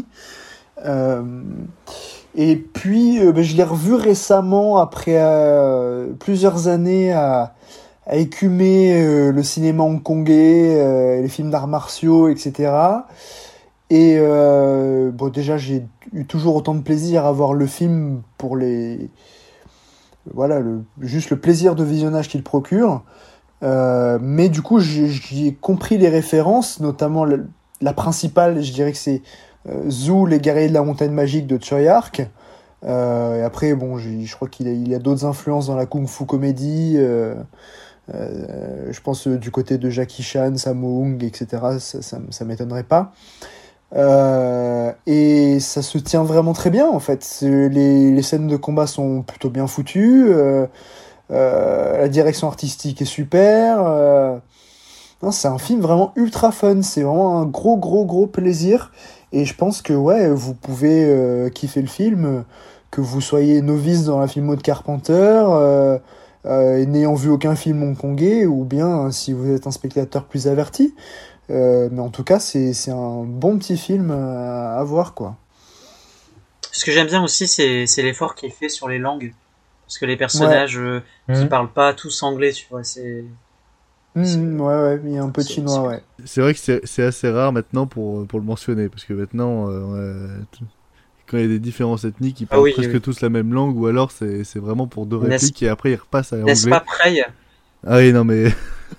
Speaker 8: Et puis je l'ai revu récemment après plusieurs années à écumer le cinéma hongkongais, les films d'arts martiaux, etc. Et déjà j'ai eu toujours autant de plaisir à voir le film pour juste le plaisir de visionnage qu'il procure. Mais du coup j'y ai compris les références, notamment la principale, je dirais que c'est Zoo, les guerriers de la montagne magique de Tsui Hark. Et après, je crois qu'il y a d'autres influences dans la kung-fu comédie. Je pense du côté de Jackie Chan, Sammo Hung, etc. Ça m'étonnerait pas. Et ça se tient vraiment très bien, en fait. Les scènes de combat sont plutôt bien foutues. La direction artistique est super. Non, c'est un film vraiment ultra fun. C'est vraiment un gros plaisir. Et je pense que vous pouvez kiffer le film, que vous soyez novice dans la filmo de Carpenter, n'ayant vu aucun film hongkongais, ou bien si vous êtes un spectateur plus averti. Mais en tout cas, c'est un bon petit film à voir, quoi.
Speaker 7: Ce que j'aime bien aussi, c'est l'effort qui est fait sur les langues. Parce que les personnages qui parlent pas tous anglais, tu vois,
Speaker 8: il y a un peu de chinois, ouais.
Speaker 5: C'est vrai que c'est assez rare maintenant pour le mentionner, parce que maintenant, quand il y a des différences ethniques, ils parlent presque tous la même langue, ou alors c'est vraiment pour deux répliques et après ils repassent à l'anglais.
Speaker 7: N'est-ce pas Prey ?
Speaker 5: Ah oui, non mais...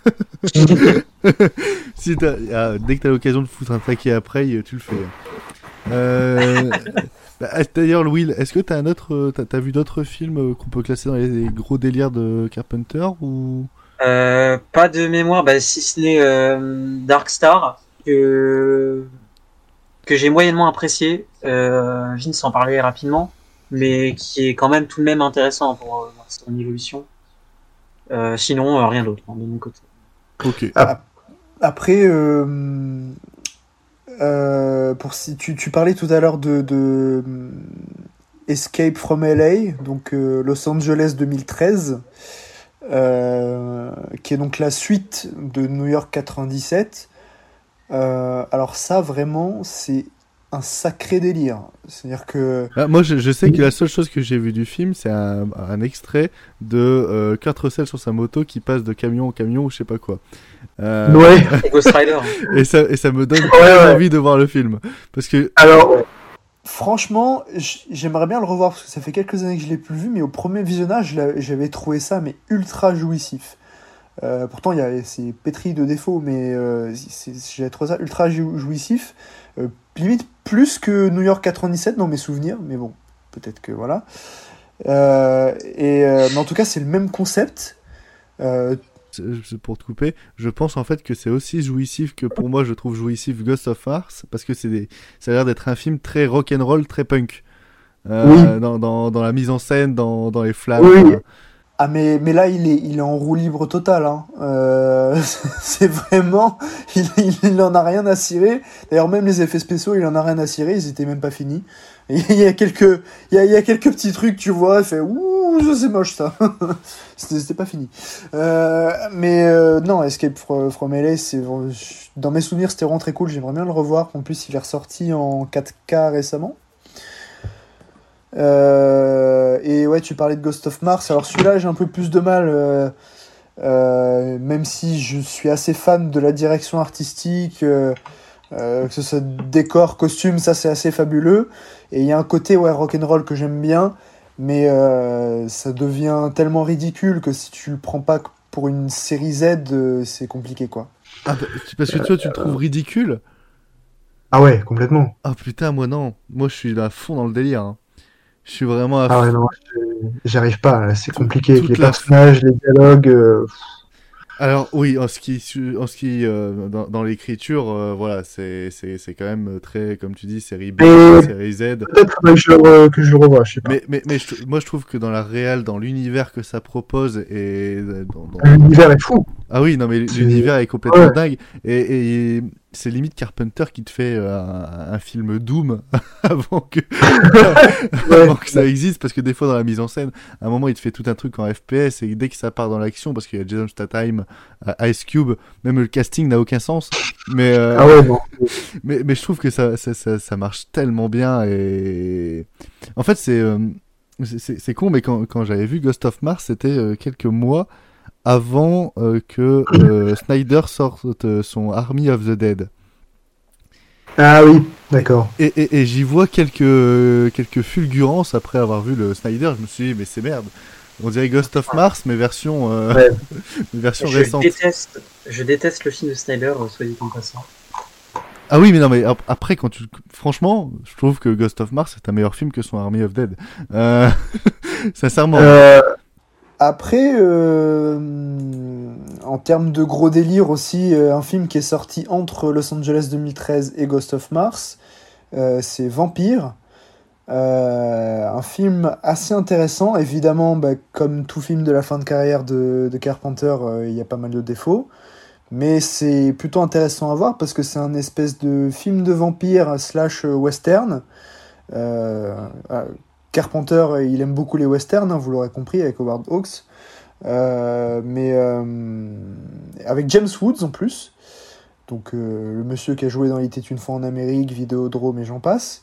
Speaker 5: dès que t'as l'occasion de foutre un taquet après, tu le fais. D'ailleurs, Will, est-ce que t'as vu d'autres films qu'on peut classer dans les gros délires de Carpenter ou...
Speaker 7: Pas de mémoire, si ce n'est Dark Star que j'ai moyennement apprécié. Vince en parlait rapidement, mais qui est quand même tout de même intéressant pour voir son évolution. Sinon, rien d'autre de mon côté.
Speaker 5: Ok.
Speaker 8: Après, si tu parlais tout à l'heure de Escape from LA, donc Los Angeles 2013. Qui est donc la suite de New York 97. Alors ça, vraiment, c'est un sacré délire. C'est-à-dire que...
Speaker 5: moi, je sais que la seule chose que j'ai vue du film, c'est un extrait de Kurt Russell sur sa moto qui passe de camion en camion ou je sais pas quoi.
Speaker 7: Ghost Rider.
Speaker 5: et ça me donne envie de voir le film. Parce que...
Speaker 8: Alors... Franchement, j'aimerais bien le revoir parce que ça fait quelques années que je l'ai plus vu, mais au premier visionnage, j'avais trouvé ça ultra jouissif. Pourtant, c'est pétri de défauts, mais j'avais trouvé ça ultra jouissif, limite plus que New York 97 dans mes souvenirs, mais bon, peut-être que voilà. Mais en tout cas, c'est le même concept.
Speaker 5: Pour te couper, je pense en fait que c'est aussi jouissif que pour moi je trouve jouissif Ghost of Mars, parce que ça a l'air d'être un film très rock'n'roll, très punk, dans la mise en scène, dans les flammes.
Speaker 8: Ah mais là il est en roue libre totale hein. C'est vraiment il en a rien à cirer. D'ailleurs même les effets spéciaux il en a rien à cirer, ils étaient même pas finis. Et il y a quelques petits trucs tu vois, il fait ouh ça c'est moche ça. C'était pas fini. Non Escape from LA c'est dans mes souvenirs c'était vraiment très cool, j'aimerais bien le revoir. En plus il est ressorti en 4K récemment. Et ouais, tu parlais de Ghost of Mars. Alors celui-là, j'ai un peu plus de mal, même si je suis assez fan de la direction artistique, que ce soit décor, costume, ça c'est assez fabuleux. Et il y a un côté rock'n'roll que j'aime bien, mais ça devient tellement ridicule que si tu le prends pas pour une série Z, c'est compliqué quoi.
Speaker 5: Ah, parce que toi, tu le trouves ridicule?
Speaker 2: Ah ouais, complètement.
Speaker 5: Ah putain, moi non. Moi, je suis à fond dans le délire. Hein. Je suis vraiment à
Speaker 2: Ah ouais,
Speaker 5: fond.
Speaker 2: non, j'arrive pas, là, c'est compliqué.
Speaker 5: toute
Speaker 2: Les
Speaker 5: la-
Speaker 2: personnages, les dialogues.
Speaker 5: Alors oui, en ce qui dans l'écriture, voilà, c'est quand même très, comme tu dis, série B,
Speaker 2: Mais
Speaker 5: série Z.
Speaker 2: peut-être faudrait que je le revoie, je sais pas.
Speaker 5: Mais moi, je trouve que dans la réal, dans l'univers que ça propose et
Speaker 2: L'univers est fou.
Speaker 5: Ah oui, non mais
Speaker 2: C'est-
Speaker 5: l'univers est complètement
Speaker 2: Ouais.
Speaker 5: dingue et c'est limite Carpenter qui te fait un film Doom avant que avant que ça existe, parce que des fois dans la mise en scène, à un moment il te fait tout un truc en FPS et dès que ça part dans l'action, parce qu'il y a Jason Statham, Ice Cube, même le casting n'a aucun sens, mais
Speaker 2: Ah ouais, non.
Speaker 5: mais je trouve que ça marche tellement bien et en fait c'est con, mais quand j'avais vu Ghost of Mars, c'était quelques mois avant que Snyder sorte son Army of the Dead.
Speaker 2: Ah oui, d'accord.
Speaker 5: Et j'y vois quelques fulgurances après avoir vu le Snyder. Je me suis dit, mais c'est merde. On dirait Ghost of Mars, mais version,
Speaker 2: Ouais.
Speaker 5: mais version récente.
Speaker 7: Je déteste le film de Snyder, soit dit en passant.
Speaker 5: Ah oui, mais non, mais après, franchement, je trouve que Ghost of Mars est un meilleur film que son Army of Dead. Sincèrement.
Speaker 8: Après, en termes de gros délire aussi, un film qui est sorti entre Los Angeles 2013 et Ghost of Mars, c'est Vampire. Un film assez intéressant, évidemment, comme tout film de la fin de carrière de Carpenter, il y a pas mal de défauts, mais c'est plutôt intéressant à voir parce que c'est un espèce de film de vampire / western. Carpenter, il aime beaucoup les westerns, hein, vous l'aurez compris, avec Howard Hawks, mais avec James Woods en plus, donc le monsieur qui a joué dans Il était une fois en Amérique, Vidéodrome et j'en passe,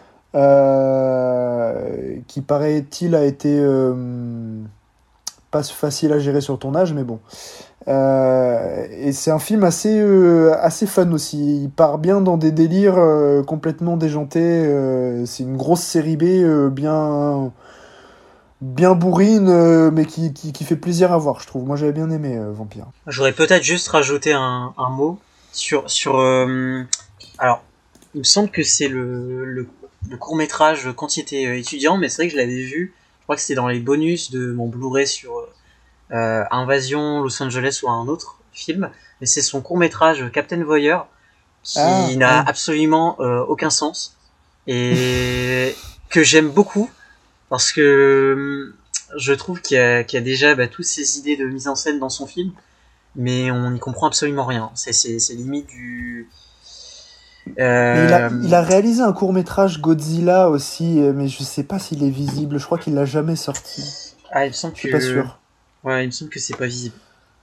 Speaker 8: qui paraît-il a été pas facile à gérer sur le tournage, mais bon. Et c'est un film assez fun aussi. Il part bien dans des délires complètement déjantés. C'est une grosse série B bien bourrine, mais qui fait plaisir à voir, je trouve. Moi, j'avais bien aimé Vampire.
Speaker 7: J'aurais peut-être juste rajouté un mot sur alors, il me semble que c'est le court-métrage quand il était étudiant, mais c'est vrai que je l'avais vu. Je crois que c'était dans les bonus de mon Blu-ray sur Invasion Los Angeles ou un autre film, mais c'est son court-métrage Captain Voyeur qui n'a absolument aucun sens et que j'aime beaucoup parce que je trouve qu'il y a déjà toutes ces idées de mise en scène dans son film, mais on n'y comprend absolument rien. C'est limite du...
Speaker 8: Mais il a réalisé un court-métrage Godzilla aussi, mais je sais pas s'il est visible. Je crois qu'il l'a jamais sorti.
Speaker 7: Ah, il me semble que...
Speaker 8: Je suis pas sûr.
Speaker 7: Ouais, il me semble que c'est pas visible.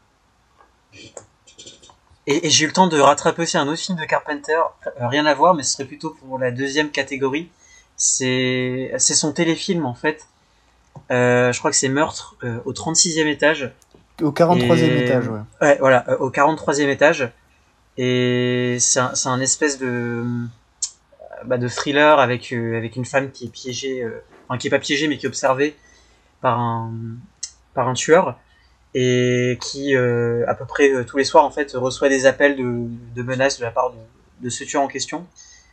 Speaker 7: Et j'ai eu le temps de rattraper aussi un autre film de Carpenter, rien à voir, mais ce serait plutôt pour la deuxième catégorie. C'est son téléfilm en fait. Je crois que c'est Meurtre au 36e étage.
Speaker 8: Au 43e étage, ouais.
Speaker 7: Ouais, voilà, au 43e étage. Et c'est un espèce de thriller avec une femme qui est piégée, enfin qui est pas piégée mais qui est observée par un tueur et qui à peu près tous les soirs en fait reçoit des appels de menaces de la part de ce tueur en question.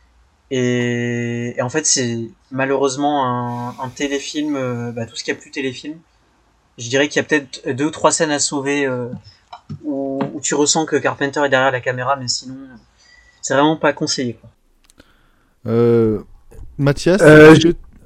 Speaker 7: Et en fait c'est malheureusement un téléfilm, tout ce qu'il y a plus téléfilm. Je dirais qu'il y a peut-être 2 ou 3 scènes à sauver où tu ressens que Carpenter est derrière la caméra, mais sinon c'est vraiment pas conseillé quoi.
Speaker 5: Mathias,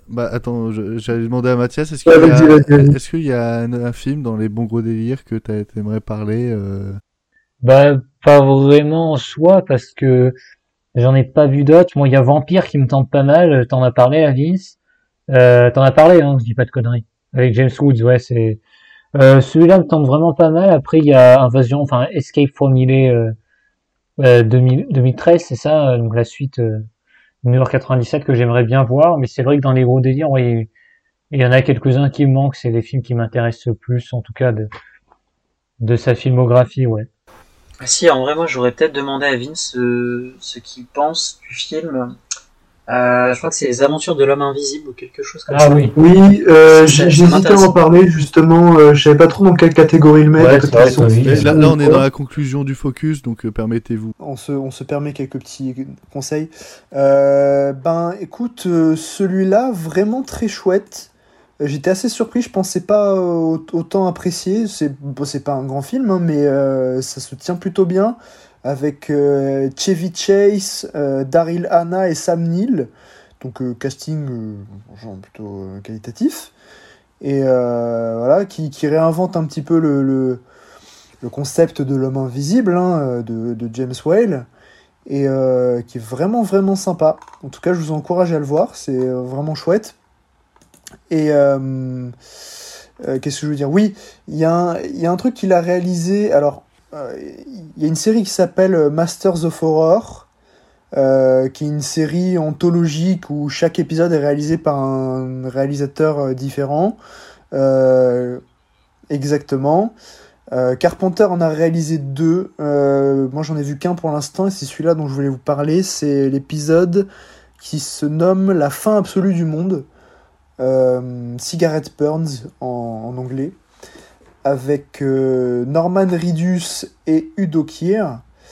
Speaker 5: Bah attends, j'allais demander à Mathias, est-ce qu'il y a un film dans les bons gros délires que t'aimerais parler
Speaker 6: Bah, pas vraiment en soi, parce que j'en ai pas vu d'autres. Moi, il y a Vampire qui me tente pas mal. T'en as parlé, Vince. T'en as parlé, hein, je dis pas de conneries. Avec James Woods, ouais, c'est... celui-là me tente vraiment pas mal. Après, il y a Escape from LA 2013, c'est ça, donc la suite New York 97 que j'aimerais bien voir. Mais c'est vrai que dans les gros délires, ouais, il y en a quelques-uns qui me manquent. C'est les films qui m'intéressent le plus, en tout cas, de sa filmographie, ouais.
Speaker 7: Ah si, en vrai, moi, j'aurais peut-être demandé à Vince ce qu'il pense du film. Je crois que c'est Les Aventures de l'Homme Invisible ou quelque chose comme ça.
Speaker 6: Ah oui.
Speaker 2: Oui, j'hésitais à en parler justement. Je savais pas trop dans quelle catégorie le mettre.
Speaker 5: Là, on est dans la conclusion du focus, donc permettez-vous.
Speaker 8: On se permet quelques petits conseils. Écoute, celui-là vraiment très chouette. J'étais assez surpris, je pensais pas autant apprécier. C'est pas un grand film, hein, mais ça se tient plutôt bien. Avec Chevy Chase, Daryl Hannah et Sam Neill. Donc casting genre plutôt qualitatif. Et voilà, qui réinvente un petit peu le concept de l'homme invisible, hein, de James Whale. Et qui est vraiment, vraiment sympa. En tout cas, je vous encourage à le voir, c'est vraiment chouette. Et qu'est-ce que je veux dire ? Oui, il y a un truc qu'il a réalisé. Alors, il y a une série qui s'appelle Masters of Horror, qui est une série anthologique où chaque épisode est réalisé par un réalisateur différent. Exactement. Carpenter en a réalisé 2. Moi, j'en ai vu qu'un pour l'instant, et c'est celui-là dont je voulais vous parler. C'est l'épisode qui se nomme La fin absolue du monde. Cigarette Burns en anglais, avec Norman Reedus et Udo Kier,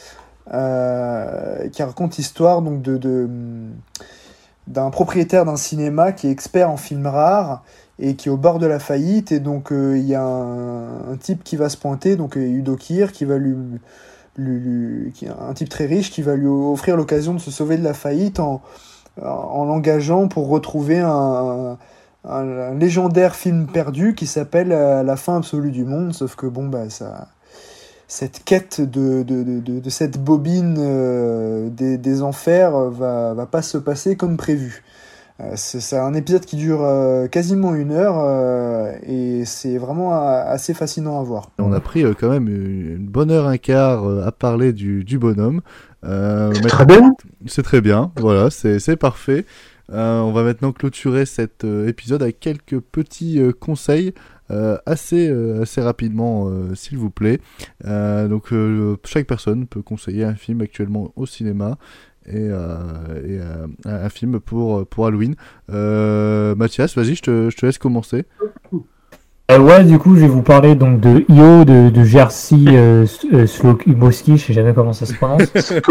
Speaker 8: qui raconte l'histoire donc d'un propriétaire d'un cinéma qui est expert en films rares et qui est au bord de la faillite. Et donc il y a un type qui va se pointer, donc Udo Kier, qui va qui est un type très riche, qui va lui offrir l'occasion de se sauver de la faillite en l'engageant pour retrouver un légendaire film perdu qui s'appelle La fin absolue du monde. Sauf que cette quête de cette bobine des enfers va pas se passer comme prévu. C'est un épisode qui dure quasiment 1 heure et c'est vraiment assez fascinant à voir.
Speaker 5: On a pris quand même une bonne heure, un quart à parler du bonhomme.
Speaker 2: C'est très bien.
Speaker 5: C'est très bien, voilà, c'est parfait. On va maintenant clôturer cet épisode avec quelques petits conseils assez rapidement, s'il vous plaît. Donc chaque personne peut conseiller un film actuellement au cinéma et un film pour Halloween. Mathias, vas-y, je te laisse commencer.
Speaker 6: Ouais, du coup, je vais vous parler donc de Io de Jerzy Slowikowski, je sais jamais comment ça se prononce.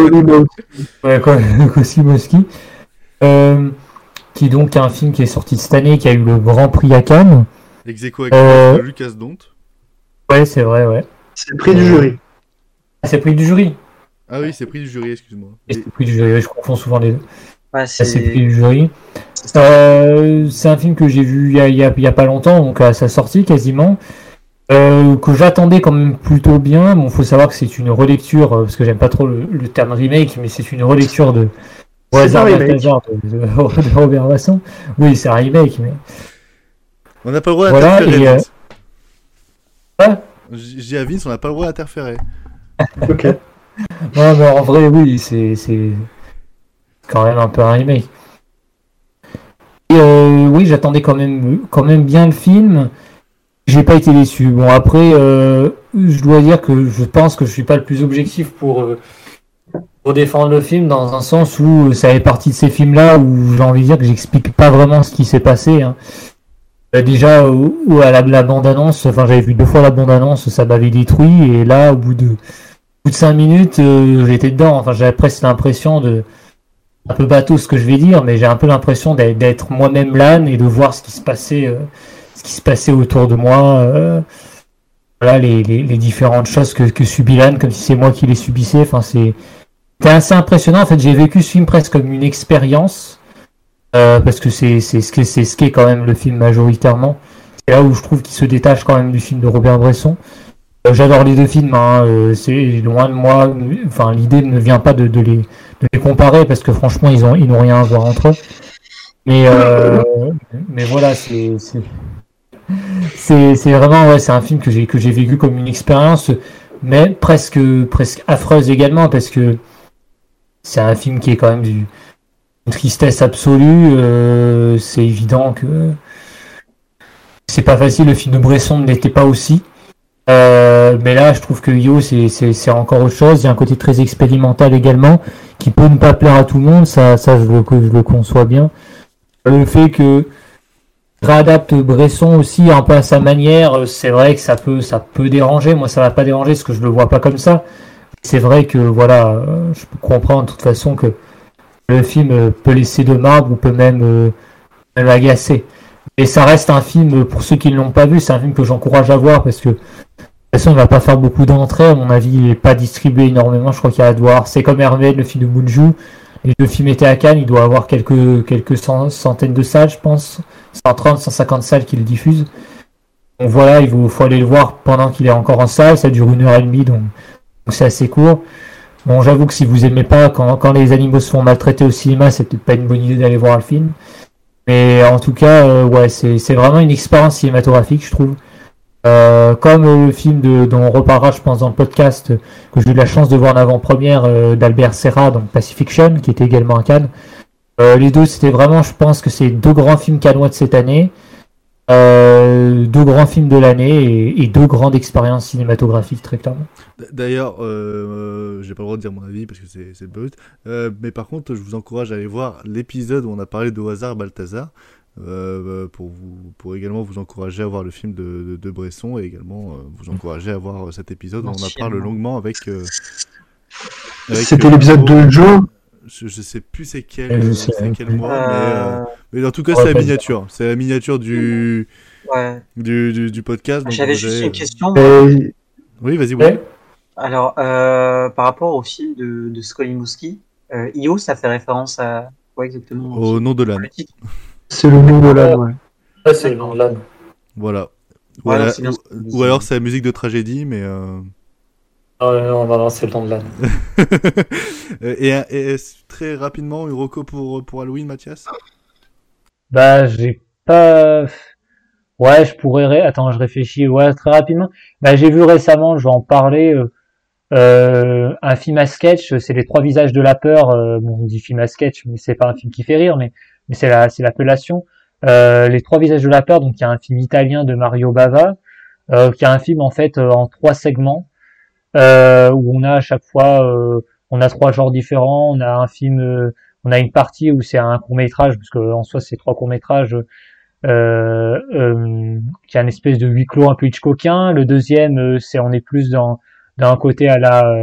Speaker 6: Slowikowski. Qui donc est un film qui est sorti cette année, qui a eu le Grand Prix à Cannes.
Speaker 5: Ex-aequo avec Lucas Dont.
Speaker 6: Ouais, c'est vrai, ouais.
Speaker 2: C'est le prix du jury.
Speaker 6: C'est le prix du jury.
Speaker 5: Ah oui, c'est le prix du jury, excuse-moi.
Speaker 6: C'est le prix du jury, je confourn souvent les deux.
Speaker 7: Ouais,
Speaker 6: c'est le prix du jury. C'est un film que j'ai vu il y a pas longtemps, donc à sa sortie quasiment. Que j'attendais quand même plutôt bien. Bon, faut savoir que c'est une relecture, parce que j'aime pas trop le terme remake, mais c'est une relecture de Robert Bresson. Oui, c'est un remake, mais...
Speaker 5: On n'a pas le droit d'interférer. Je dis à Vince, on n'a pas le droit d'interférer.
Speaker 2: Ok.
Speaker 6: Non, mais en vrai, oui, c'est quand même un peu un remake. Et oui, j'attendais quand même bien le film. J'ai pas été déçu. Bon, après, je dois dire que je pense que je suis pas le plus objectif pour défendre le film, dans un sens où ça fait partie de ces films-là où j'ai envie de dire que j'explique pas vraiment ce qui s'est passé. Hein. Déjà, à la bande-annonce, enfin j'avais vu 2 fois la bande-annonce, ça m'avait détruit, et là, au bout de 5 minutes, j'étais dedans. Enfin, j'avais presque l'impression de... Un peu bateau ce que je vais dire, mais j'ai un peu l'impression d'être moi-même l'âne et de voir ce qui se passait autour de moi. Voilà, les différentes choses que subit l'âne, comme si c'est moi qui les subissais. Enfin, c'était assez impressionnant. En fait, j'ai vécu ce film presque comme une expérience. parce que c'est ce qu'est quand même le film majoritairement. C'est là où je trouve qu'il se détache quand même du film de Robert Bresson. J'adore les deux films, hein, c'est loin de moi. Enfin, l'idée ne vient pas de les comparer parce que franchement, ils n'ont rien à voir entre eux. Mais voilà, c'est vraiment, ouais, c'est un film que j'ai vécu comme une expérience, mais presque affreuse également, parce que c'est un film qui est quand même d'une tristesse absolue. C'est évident que c'est pas facile. Le film de Bresson ne l'était pas aussi. Mais là, je trouve que Io, c'est encore autre chose. Il y a un côté très expérimental également, qui peut ne pas plaire à tout le monde. Ça, je le conçois bien. Le fait que réadapte Bresson aussi un peu à sa manière, c'est vrai que ça peut déranger. Moi, ça va pas déranger parce que je le vois pas comme ça. C'est vrai que voilà, je peux comprendre de toute façon que le film peut laisser de marbre ou peut même agacer. Et ça reste un film, pour ceux qui ne l'ont pas vu, c'est un film que j'encourage à voir parce que de toute façon, il va pas faire beaucoup d'entrées. À mon avis, il n'est pas distribué énormément. Je crois qu'il y a à devoir. C'est comme Hermès, le film de Moonju. Les deux films étaient à Cannes. Il doit avoir quelques centaines de salles, je pense. 130, 150 salles qui le diffusent. Donc voilà, il faut aller le voir pendant qu'il est encore en salle. Ça dure 1h30, donc c'est assez court. Bon, j'avoue que si vous aimez pas, quand les animaux se font maltraiter au cinéma, c'est peut-être pas une bonne idée d'aller voir le film. Mais en tout cas, ouais, c'est vraiment une expérience cinématographique, je trouve. Comme le film dont on reparlera, je pense, dans le podcast, que j'ai eu la chance de voir en avant-première d'Albert Serra, donc Pacifiction, qui était également à Cannes. Les deux, c'était vraiment, je pense que c'est deux grands films cannois de cette année, deux grands films de l'année et deux grandes expériences cinématographiques, très clairement.
Speaker 5: D'ailleurs, j'ai pas le droit de dire mon avis parce que c'est le but, mais par contre, je vous encourage à aller voir l'épisode où on a parlé de Au hasard Balthazar. Pour également vous encourager à voir le film de Bresson et également vous encourager à voir cet épisode où on en parle longuement avec
Speaker 2: c'était l'épisode de Joe.
Speaker 5: Je sais plus c'est quel mois, mais en tout cas c'est la miniature. C'est la miniature du podcast. Donc
Speaker 7: j'avais juste une question.
Speaker 5: Oui, vas-y. Oui.
Speaker 7: Alors, par rapport au film de Skolimowski, Io, ça fait référence à quoi exactement?
Speaker 5: Au nom de l'âne.
Speaker 2: C'est le nom de l'âne, ouais.
Speaker 6: Ouais, c'est le nom de l'âne.
Speaker 5: Voilà.
Speaker 7: Voilà,
Speaker 5: ou alors c'est la musique de tragédie, mais...
Speaker 6: Non, c'est le nom de l'âne.
Speaker 5: et très rapidement, une reco pour Halloween, Mathias?
Speaker 6: Bah, j'ai pas... Ouais, je pourrais... Attends, je réfléchis. Ouais, très rapidement. Bah, j'ai vu récemment, je vais en parler... un film à sketch, c'est Les Trois Visages de la Peur. Bon, on dit film à sketch, mais c'est pas un film qui fait rire, mais c'est l'appellation. Les Trois Visages de la Peur, donc il y a un film italien de Mario Bava, qui a un film en fait en 3 segments, où on a à chaque fois, on a 3 genres différents. On a un film, on a une partie où c'est un court métrage, parce que en soi c'est 3 courts métrages. Qui a une espèce de huis clos un peu Hitchcockien. Le deuxième, on est plus d'un côté à la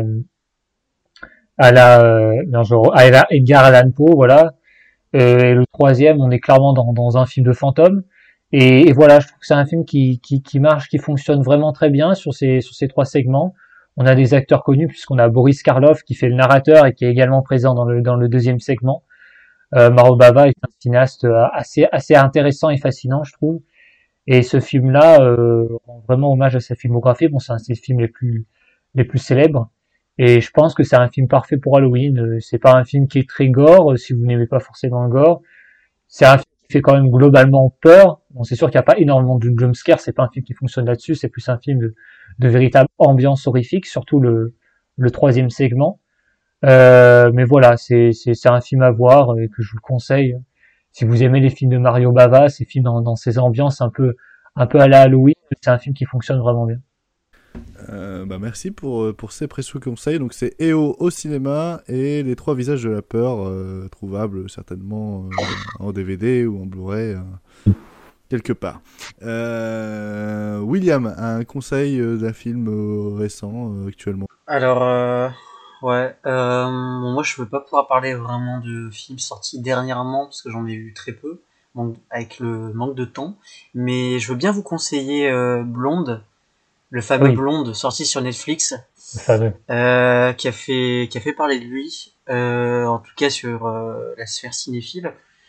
Speaker 6: Edgar Allan Poe, voilà. Et le troisième, on est clairement dans un film de fantôme. Et voilà, je trouve que c'est un film qui marche, qui fonctionne vraiment très bien sur ces 3 segments. On a des acteurs connus puisqu'on a Boris Karloff qui fait le narrateur et qui est également présent dans le deuxième segment. Mario Bava est un cinéaste assez intéressant et fascinant, je trouve. Et ce film-là rend vraiment hommage à sa filmographie. Bon, c'est un de ses films les plus célèbres. Et je pense que c'est un film parfait pour Halloween. C'est pas un film qui est très gore, si vous n'aimez pas forcément le gore. C'est un film qui fait quand même globalement peur. Bon, c'est sûr qu'il n'y a pas énormément de jumpscare, c'est pas un film qui fonctionne là-dessus, c'est plus un film de véritable ambiance horrifique, surtout le troisième segment. Mais voilà, c'est un film à voir et que je vous conseille. Si vous aimez les films de Mario Bava, ces films dans ces ambiances un peu à la Halloween, c'est un film qui fonctionne vraiment bien.
Speaker 5: Merci pour ces précieux conseils. Donc c'est EO au cinéma et Les Trois Visages de la Peur, trouvable certainement en DVD ou en Blu-ray quelque part. William, un conseil d'un film récent actuellement?
Speaker 7: Alors, ouais, moi je veux pas pouvoir parler vraiment de films sortis dernièrement parce que j'en ai vu très peu, avec le manque de temps. Mais je veux bien vous conseiller Blonde. Le fameux Blonde sorti sur Netflix, qui a fait parler de lui, en tout cas sur la sphère cinéphile.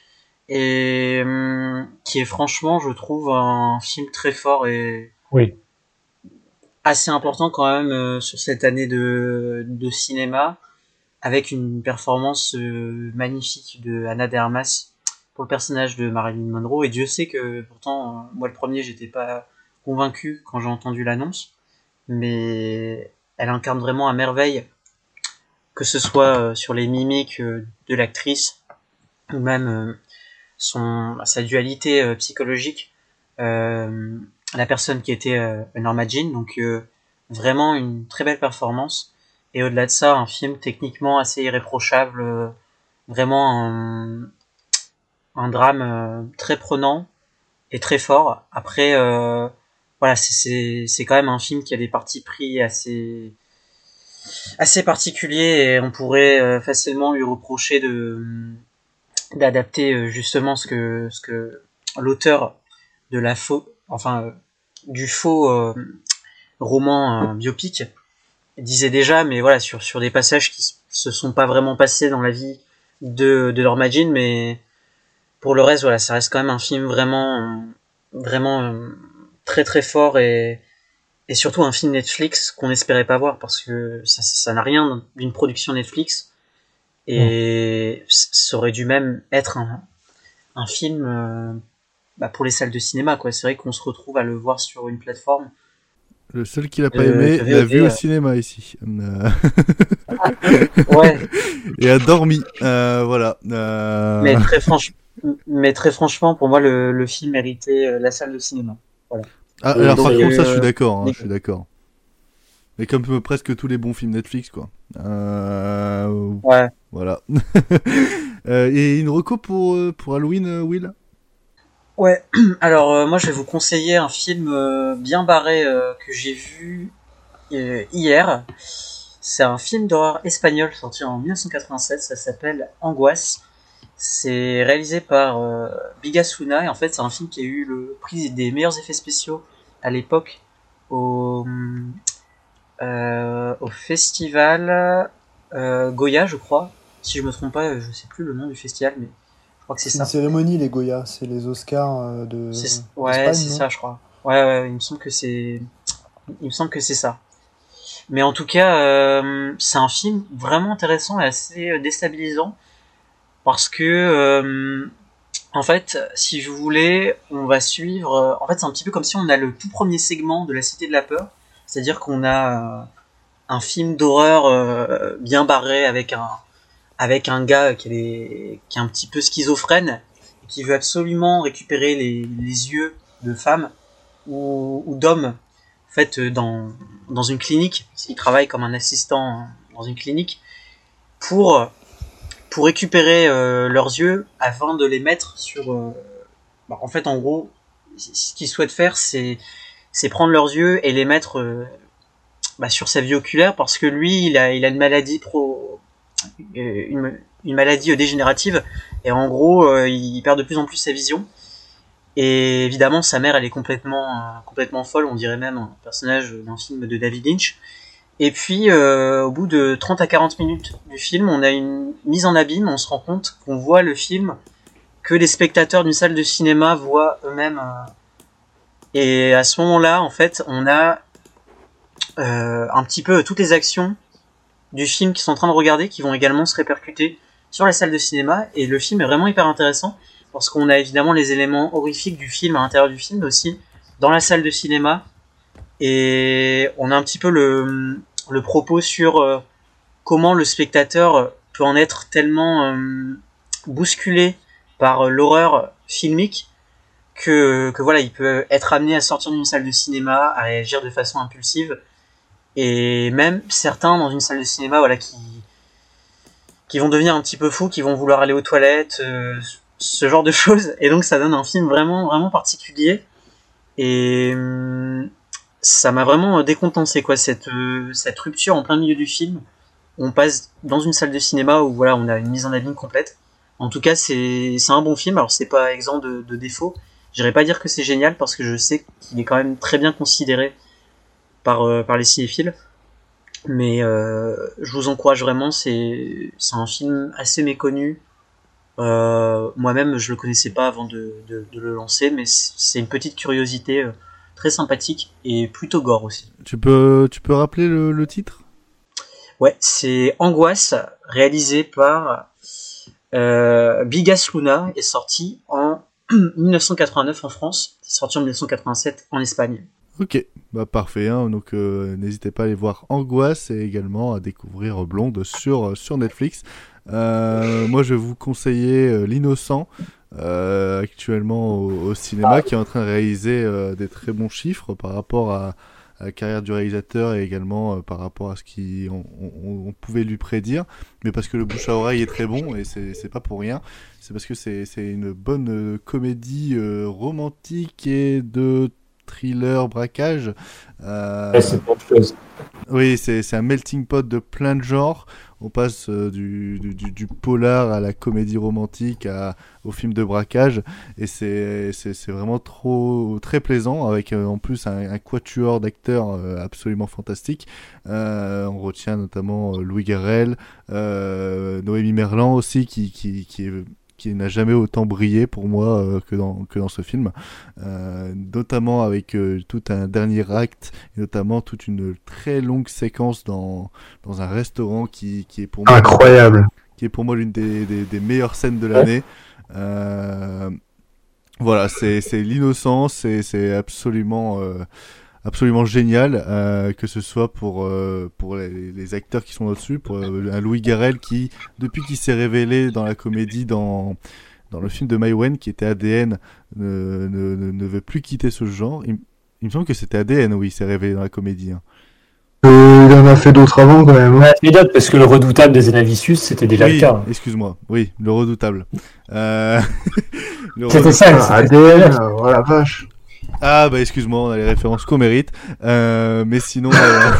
Speaker 7: et qui est franchement, je trouve, un film très fort et
Speaker 6: Oui.
Speaker 7: assez important quand même sur cette année de cinéma, avec une performance magnifique de Ana de Armas pour le personnage de Marilyn Monroe. Et Dieu sait que pourtant, moi le premier, j'étais pas convaincu quand j'ai entendu l'annonce, mais elle incarne vraiment à merveille, que ce soit sur les mimiques de l'actrice ou même sa dualité psychologique. La personne qui était Norma Jean, donc vraiment une très belle performance. Et au-delà de ça, un film techniquement assez irréprochable, vraiment un drame très prenant et très fort. Après, voilà, c'est quand même un film qui a des partis pris assez particuliers, et on pourrait facilement lui reprocher d'adapter justement ce que l'auteur de la du faux roman biopic disait déjà, mais voilà, sur des passages qui se sont pas vraiment passés dans la vie de Norma Jean, mais pour le reste, voilà, ça reste quand même un film vraiment très très fort, et surtout un film Netflix qu'on n'espérait pas voir, parce que ça n'a rien d'une production Netflix, et ça aurait dû même être un film pour les salles de cinéma, quoi. C'est vrai qu'on se retrouve à le voir sur une plateforme.
Speaker 5: Le seul qui l'a pas aimé l'a vu au cinéma ici.
Speaker 7: Ouais.
Speaker 5: Et a dormi. Voilà.
Speaker 7: Mais très franchement, pour moi, le film méritait la salle de cinéma. Voilà.
Speaker 5: Ah, alors par contre, ça, je suis d'accord. Je suis d'accord. Mais comme presque tous les bons films Netflix, quoi.
Speaker 7: Ouais.
Speaker 5: Voilà. Et une reco pour Halloween, Will?
Speaker 7: Ouais, alors moi je vais vous conseiller un film bien barré que j'ai vu hier. C'est un film d'horreur espagnol sorti en 1987, ça s'appelle Angoisse. C'est réalisé par Bigasuna, et en fait c'est un film qui a eu le prix des meilleurs effets spéciaux à l'époque au festival Goya, je crois. Si je me trompe pas, je sais plus le nom du festival, mais je crois que c'est ça.
Speaker 8: C'est une cérémonie, les Goya, c'est les Oscars de.
Speaker 7: Ouais,
Speaker 8: d'Espagne,
Speaker 7: c'est
Speaker 8: non
Speaker 7: ça, je crois. Ouais, il me semble que c'est ça. Mais en tout cas, c'est un film vraiment intéressant et assez déstabilisant, parce que en fait, si vous voulez, on va suivre. En fait, c'est un petit peu comme si on a le tout premier segment de La Cité de la Peur, c'est-à-dire qu'on a un film d'horreur bien barré avec un gars qui est un petit peu schizophrène et qui veut absolument récupérer les yeux de femmes ou d'hommes, en fait, dans une clinique. Il travaille comme un assistant dans une clinique pour récupérer leurs yeux afin de les mettre sur en fait, en gros, ce qu'il souhaite faire, c'est prendre leurs yeux et les mettre sur sa vie oculaire, parce que lui, il a une maladie une maladie dégénérative, et en gros il perd de plus en plus sa vision, et évidemment sa mère, elle est complètement folle, on dirait même un personnage d'un film de David Lynch. Et puis au bout de 30 à 40 minutes du film, on a une mise en abîme, on se rend compte qu'on voit le film que les spectateurs d'une salle de cinéma voient eux-mêmes, et à ce moment-là, en fait, on a un petit peu toutes les actions du film qu'ils sont en train de regarder qui vont également se répercuter sur la salle de cinéma, et le film est vraiment hyper intéressant parce qu'on a évidemment les éléments horrifiques du film à l'intérieur du film, mais aussi dans la salle de cinéma, et on a un petit peu le propos sur comment le spectateur peut en être tellement bousculé par l'horreur filmique que voilà, il peut être amené à sortir d'une salle de cinéma, à réagir de façon impulsive, et même certains dans une salle de cinéma, voilà, qui vont devenir un petit peu fous, qui vont vouloir aller aux toilettes, ce genre de choses. Et donc ça donne un film vraiment vraiment particulier, et ça m'a vraiment décontenancé, quoi, cette rupture en plein milieu du film. On passe dans une salle de cinéma où voilà, on a une mise en abîme complète. En tout cas, c'est un bon film. Alors c'est pas exempt de défauts. J'irais pas dire que c'est génial, parce que je sais qu'il est quand même très bien considéré par les cinéphiles, mais je vous encourage vraiment. C'est un film assez méconnu Moi-même, je le connaissais pas avant de le lancer, mais c'est une petite curiosité très sympathique et plutôt gore aussi.
Speaker 5: Tu peux rappeler le titre ?
Speaker 7: Ouais, c'est Angoisse, réalisé par Bigas Luna, est sorti en 1989 en France, c'est sorti en 1987 en Espagne.
Speaker 5: Ok, bah parfait, hein. Donc n'hésitez pas à aller voir Angoisse et également à découvrir Blonde sur Netflix. Moi je vais vous conseiller L'Innocent, actuellement au cinéma, qui est en train de réaliser des très bons chiffres par rapport à la carrière du réalisateur et également par rapport à ce qu'on pouvait lui prédire, mais parce que le bouche à oreille est très bon et c'est pas pour rien, c'est parce que c'est une bonne comédie romantique et de thriller, braquage.
Speaker 6: C'est pas autre chose.
Speaker 5: Oui, c'est un melting pot de plein de genres. On passe du polar à la comédie romantique au film de braquage, et c'est vraiment très plaisant, avec en plus un quatuor d'acteurs absolument fantastique. On retient notamment Louis Garrel, Noémie Merlan aussi, qui n'a jamais autant brillé pour moi que dans ce film, notamment avec tout un dernier acte, et notamment toute une très longue séquence dans un restaurant qui est pour moi
Speaker 2: incroyable,
Speaker 5: qui est pour moi l'une des meilleures scènes de l'année. Voilà, c'est L'Innocent, c'est absolument génial, que ce soit pour les acteurs qui sont au-dessus, pour un Louis Garrel qui, depuis qu'il s'est révélé dans la comédie, dans le film de Maïwenn qui était ADN, ne veut plus quitter ce genre. Il me semble que c'était ADN où il s'est révélé dans la comédie. Hein.
Speaker 2: Il en a fait d'autres avant quand même.
Speaker 6: Ouais, c'est d'autres, parce que le Redoutable des Anavicius, c'était déjà le cas.
Speaker 5: Excuse-moi, oui, le Redoutable.
Speaker 6: C'était ça.
Speaker 2: ADN, oh la vache.
Speaker 5: Ah bah excuse-moi, on a les références qu'on mérite, mais sinon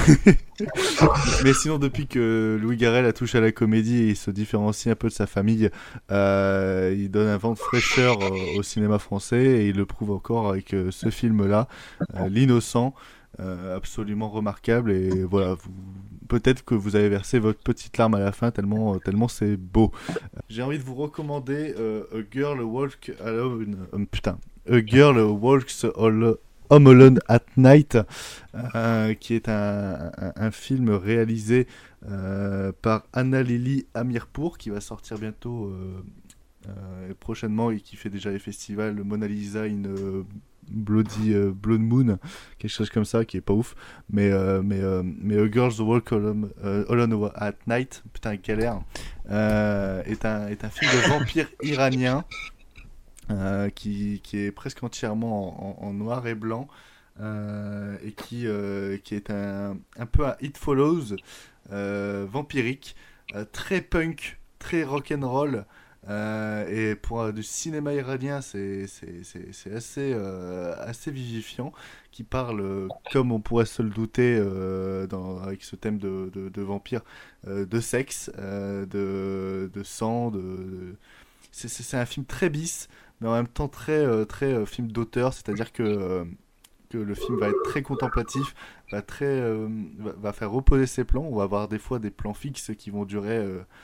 Speaker 5: depuis que Louis Garrel a touché à la comédie et il se différencie un peu de sa famille, il donne un vent de fraîcheur au cinéma français, et il le prouve encore avec ce film-là, L'Innocent, absolument remarquable. Et voilà, peut-être que vous avez versé votre petite larme à la fin, tellement c'est beau. J'ai envie de vous recommander A Girl Walks Alone. A Girl Walks Home Alone at Night, qui est un film réalisé par Anna-Lily Amirpour, qui va sortir bientôt, prochainement, et qui fait déjà les festivals Mona Lisa in Blood Moon, quelque chose comme ça, qui est pas ouf, mais A Girl's Walk Alone at Night, putain, galère, est un film de vampire iranien, qui est presque entièrement en noir et blanc, et qui est un peu un It Follows vampirique, très punk, très rock'n'roll, et pour du cinéma iranien, c'est assez vivifiant, qui parle, comme on pourrait se le douter, avec ce thème de vampire, de sexe, de sang, c'est un film très bis, mais en même temps très film d'auteur, c'est-à-dire que le film va être très contemplatif, va faire reposer ses plans. On va avoir des fois des plans fixes qui vont durer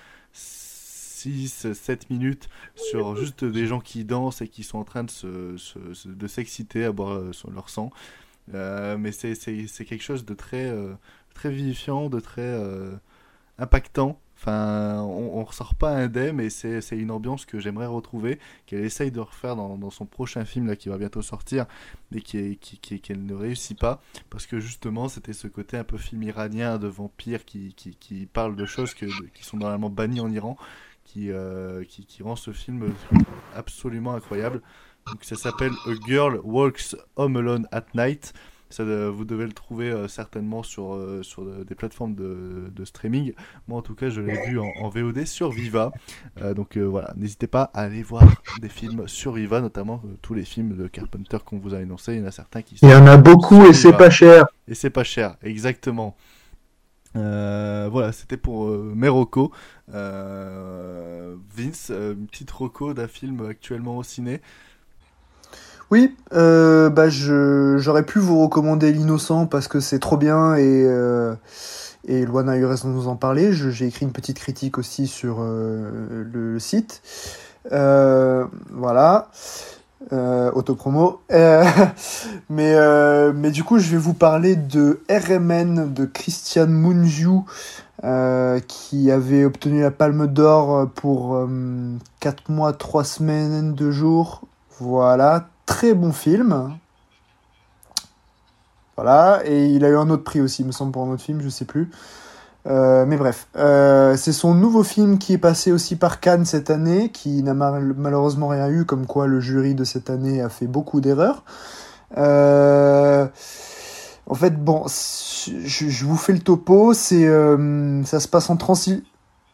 Speaker 5: 6-7 minutes sur juste des gens qui dansent et qui sont en train de s'exciter à boire leur sang. Mais c'est quelque chose de très vivifiant, de très impactant. Enfin, on ressort pas indemne, et c'est une ambiance que j'aimerais retrouver, qu'elle essaye de refaire dans son prochain film là, qui va bientôt sortir, mais qu'elle ne réussit pas, parce que justement c'était ce côté un peu film iranien de vampire qui parle de choses qui sont normalement bannies en Iran, qui rend ce film absolument incroyable. Donc ça s'appelle A Girl Walks Home Alone at Night. Vous devez le trouver certainement sur des plateformes de streaming. Moi en tout cas je l'ai vu en VOD sur Viva. Donc voilà, n'hésitez pas à aller voir des films sur Viva, notamment tous les films de Carpenter qu'on vous a énoncés. Il y en a certains qui sont...
Speaker 2: Il y en a beaucoup et c'est pas cher.
Speaker 5: Et c'est pas cher, exactement. Voilà, c'était pour mes recos. Vince, une petite reco d'un film actuellement au ciné.
Speaker 8: Oui, j'aurais pu vous recommander L'Innocent parce que c'est trop bien, et Luana a eu raison de nous en parler. J'ai écrit une petite critique aussi sur le site. Voilà. Autopromo. Mais du coup, je vais vous parler de RMN de Christian Mungiu, qui avait obtenu la Palme d'Or pour 4 mois, 3 semaines, 2 jours. Voilà, très bon film. Voilà, et il a eu un autre prix aussi, il me semble, pour un autre film, je sais plus. Mais bref, c'est son nouveau film qui est passé aussi par Cannes cette année, qui n'a malheureusement rien eu, comme quoi le jury de cette année a fait beaucoup d'erreurs. En fait, bon, je vous fais le topo, ça se passe en Transylvanie.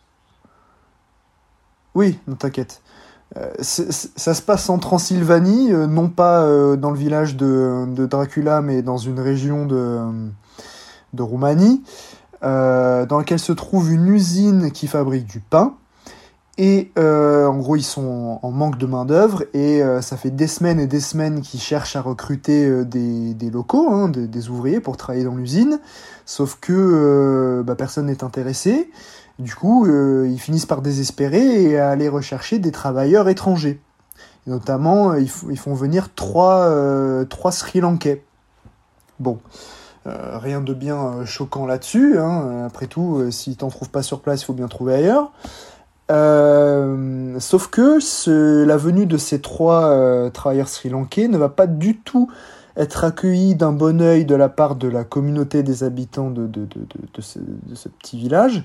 Speaker 8: Oui, non, t'inquiète. Ça se passe en Transylvanie, non pas dans le village de Dracula, mais dans une région de Roumanie, dans laquelle se trouve une usine qui fabrique du pain. Et en gros, ils sont en manque de main-d'œuvre, et ça fait des semaines et des semaines qu'ils cherchent à recruter des locaux, hein, des ouvriers pour travailler dans l'usine, sauf que personne n'est intéressé. Du coup, ils finissent par désespérer et à aller rechercher des travailleurs étrangers. Et notamment, ils font venir trois Sri Lankais. Bon, rien de bien choquant là-dessus, hein. Après tout, si t'en trouves pas sur place, il faut bien trouver ailleurs. Sauf que la venue de ces 3 travailleurs sri-lankais ne va pas du tout être accueillie d'un bon œil de la part de la communauté des habitants de ce petit village.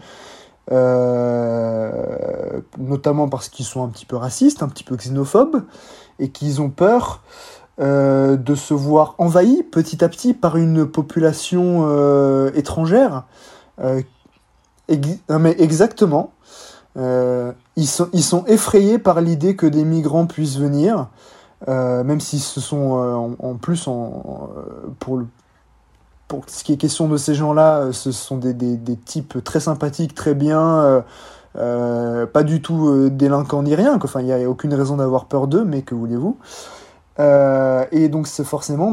Speaker 8: Notamment parce qu'ils sont un petit peu racistes, un petit peu xénophobes, et qu'ils ont peur de se voir envahis petit à petit par une population étrangère. Mais exactement. Ils sont effrayés par l'idée que des migrants puissent venir, même si ce sont en plus pour ce qui est question de ces gens-là, ce sont des types très sympathiques, très bien, pas du tout délinquants ni rien. Enfin, il n'y a aucune raison d'avoir peur d'eux, mais que voulez-vous. Et donc, c'est forcément,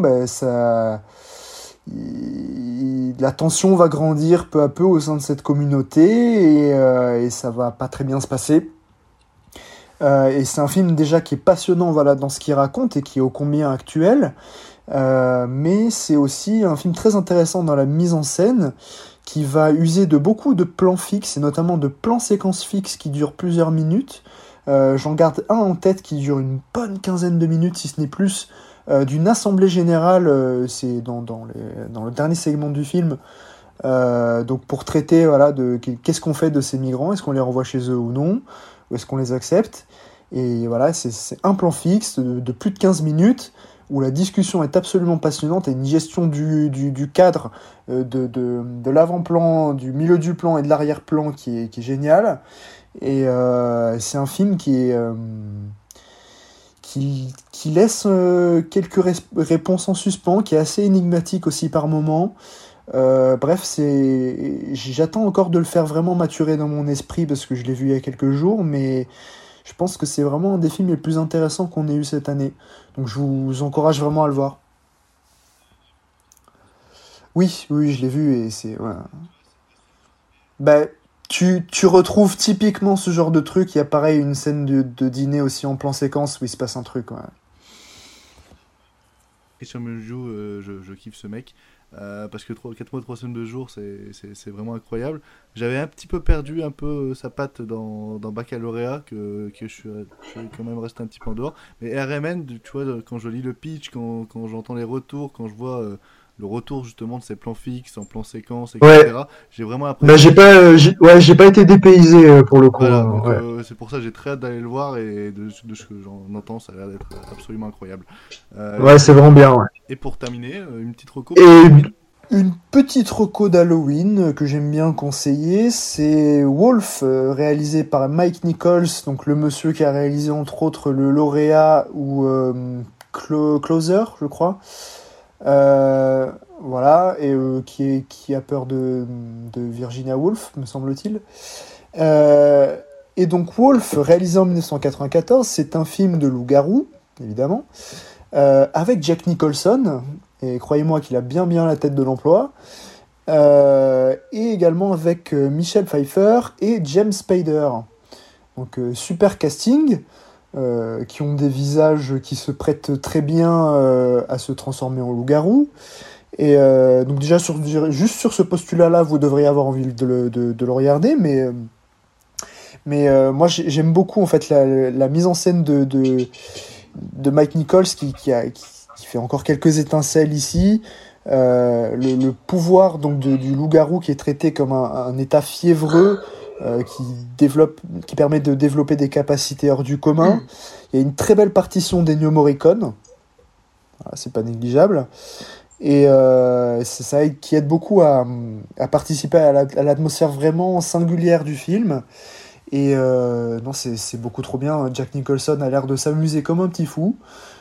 Speaker 8: la tension va grandir peu à peu au sein de cette communauté, et ça va pas très bien se passer. Et c'est un film déjà qui est passionnant, voilà, dans ce qu'il raconte et qui est ô combien actuel. Mais c'est aussi un film très intéressant dans la mise en scène, qui va user de beaucoup de plans fixes, et notamment de plans séquences fixes qui durent plusieurs minutes. J'en garde un en tête qui dure une bonne quinzaine de minutes, si ce n'est plus, d'une assemblée générale, c'est dans le dernier segment du film, donc pour traiter, voilà, de qu'est-ce qu'on fait de ces migrants, est-ce qu'on les renvoie chez eux ou non, ou est-ce qu'on les accepte. Et voilà, c'est un plan fixe de plus de 15 minutes, où la discussion est absolument passionnante, et une gestion du cadre, de l'avant-plan, du milieu du plan et de l'arrière-plan qui est géniale. Et c'est un film qui laisse quelques réponses en suspens, qui est assez énigmatique aussi par moments. Bref, j'attends encore de le faire vraiment maturer dans mon esprit, parce que je l'ai vu il y a quelques jours, mais je pense que c'est vraiment un des films les plus intéressants qu'on ait eu cette année. Donc je vous encourage vraiment à le voir. Oui, je l'ai vu, et c'est... Voilà. Tu retrouves typiquement ce genre de truc. Il y a pareil une scène de dîner aussi en plan séquence où il se passe un truc. Ouais.
Speaker 5: Et sur Mungiu, je kiffe ce mec. Parce que 4 mois, 3 semaines de jour, c'est vraiment incroyable. J'avais un petit peu perdu sa patte dans Baccalauréat, que je suis quand même resté un petit peu en dehors. Mais RMN, tu vois, quand je lis le pitch, quand j'entends les retours, quand je vois le retour justement de ces plans fixes en plan séquence, etc.,
Speaker 2: ouais.
Speaker 5: j'ai vraiment apprécié.
Speaker 2: J'ai pas été dépaysé pour le coup.
Speaker 5: Voilà, donc,
Speaker 2: ouais.
Speaker 5: c'est pour ça que j'ai très hâte d'aller le voir, et de ce que j'en entends, ça a l'air d'être absolument incroyable.
Speaker 2: Ouais, c'est vraiment bien. Ouais.
Speaker 5: Et pour terminer, une petite reco.
Speaker 8: Et une petite reco d'Halloween que j'aime bien conseiller, c'est Wolf, réalisé par Mike Nichols, donc le monsieur qui a réalisé entre autres le lauréat ou Closer, je crois. Voilà, et qui a peur de Virginia Woolf, me semble-t-il. Et donc Wolf, réalisé en 1994, c'est un film de loup-garou, évidemment, avec Jack Nicholson, et croyez-moi qu'il a bien la tête de l'emploi, et également avec Michelle Pfeiffer et James Spader. Donc super casting. qui ont des visages qui se prêtent très bien à se transformer en loup-garou. Et donc déjà, juste sur ce postulat-là, vous devriez avoir envie de le regarder, mais moi j'aime beaucoup en fait la mise en scène de Mike Nichols qui fait encore quelques étincelles ici. Le pouvoir donc du loup-garou qui est traité comme un état fiévreux qui permet de développer des capacités hors du commun. Il y a une très belle partition d'Ennio Morricone, voilà, c'est pas négligeable, et c'est ça qui aide beaucoup à participer à l'atmosphère vraiment singulière du film. Et non, c'est beaucoup trop bien. Jack Nicholson a l'air de s'amuser comme un petit fou.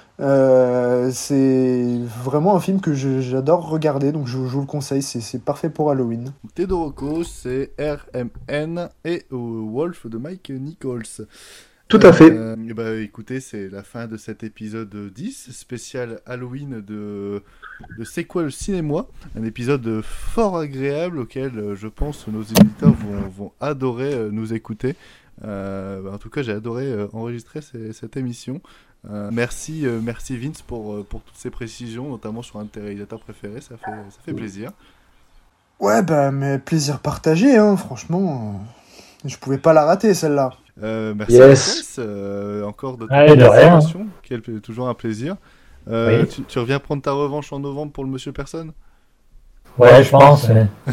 Speaker 8: C'est vraiment un film que j'adore regarder, donc je vous le conseille, c'est parfait pour Halloween.
Speaker 5: Tedoroko, c'est RMN et Wolf de Mike Nichols.
Speaker 2: Tout à fait.
Speaker 5: Écoutez, c'est la fin de cet épisode 10, spécial Halloween de C'est quoi le cinéma ? Un épisode fort agréable auquel je pense nos éditeurs vont adorer nous écouter. En tout cas, j'ai adoré enregistrer cette émission. Merci Vince pour toutes ces précisions, notamment sur un de tes réalisateurs préférés, ça fait plaisir.
Speaker 8: Ouais, mais plaisir partagé, hein, franchement. Je pouvais pas la rater celle-là.
Speaker 5: Merci yes. Encore de ton intervention, qui est toujours un plaisir. Oui. Tu reviens prendre ta revanche en novembre pour le Monsieur Personne ?
Speaker 6: Ouais, je pense.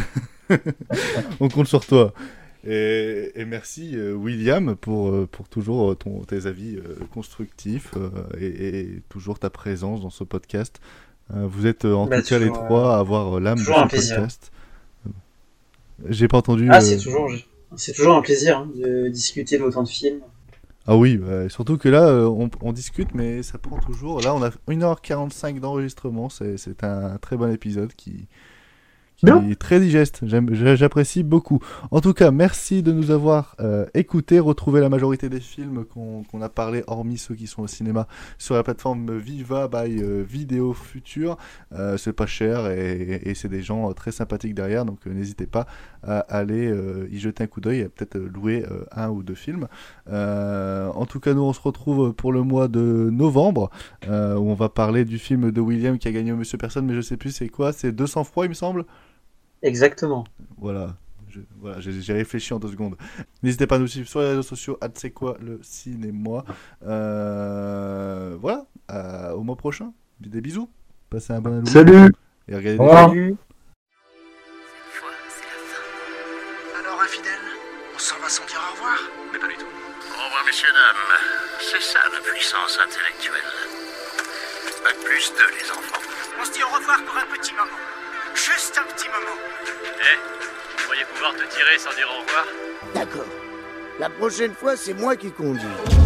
Speaker 5: On compte sur toi. Et merci William pour toujours tes avis constructifs et toujours ta présence dans ce podcast. Vous êtes en tout cas les trois à avoir l'âme de ce podcast. J'ai pas entendu.
Speaker 7: C'est toujours un plaisir de discuter d'autant de films.
Speaker 5: Ah oui, surtout que là on discute mais ça prend toujours. Là on a 1h45 d'enregistrement, c'est un très bon épisode qui est très digeste, j'apprécie beaucoup. En tout cas, merci de nous avoir écoutés. Retrouvez la majorité des films qu'on a parlé, hormis ceux qui sont au cinéma, sur la plateforme Viva by Vidéo Future. C'est pas cher et c'est des gens très sympathiques derrière, donc n'hésitez pas à aller y jeter un coup d'œil et peut-être louer un ou deux films. En tout cas, nous on se retrouve pour le mois de novembre, où on va parler du film de William qui a gagné au Monsieur Personne, mais je sais plus c'est quoi, c'est 200 froid il me semble.
Speaker 7: Exactement.
Speaker 5: Voilà, j'ai réfléchi en 2 secondes. N'hésitez pas à nous suivre sur les réseaux sociaux, c'est quoi le cinéma. Voilà, au mois prochain. Des bisous. Passez un bon Halloween.
Speaker 2: Salut.
Speaker 5: Et regardez des films.
Speaker 10: Cette fois, c'est la fin. Alors, infidèle, on s'en va sans dire au revoir ? Mais pas du tout.
Speaker 9: Au revoir, messieurs, dames. C'est ça la puissance intellectuelle. Bac plus 2, les enfants.
Speaker 10: On se dit au revoir pour un petit moment. Juste un petit moment.
Speaker 11: Vous pourriez pouvoir te tirer sans dire au revoir ?
Speaker 12: D'accord. La prochaine fois, c'est moi qui conduis.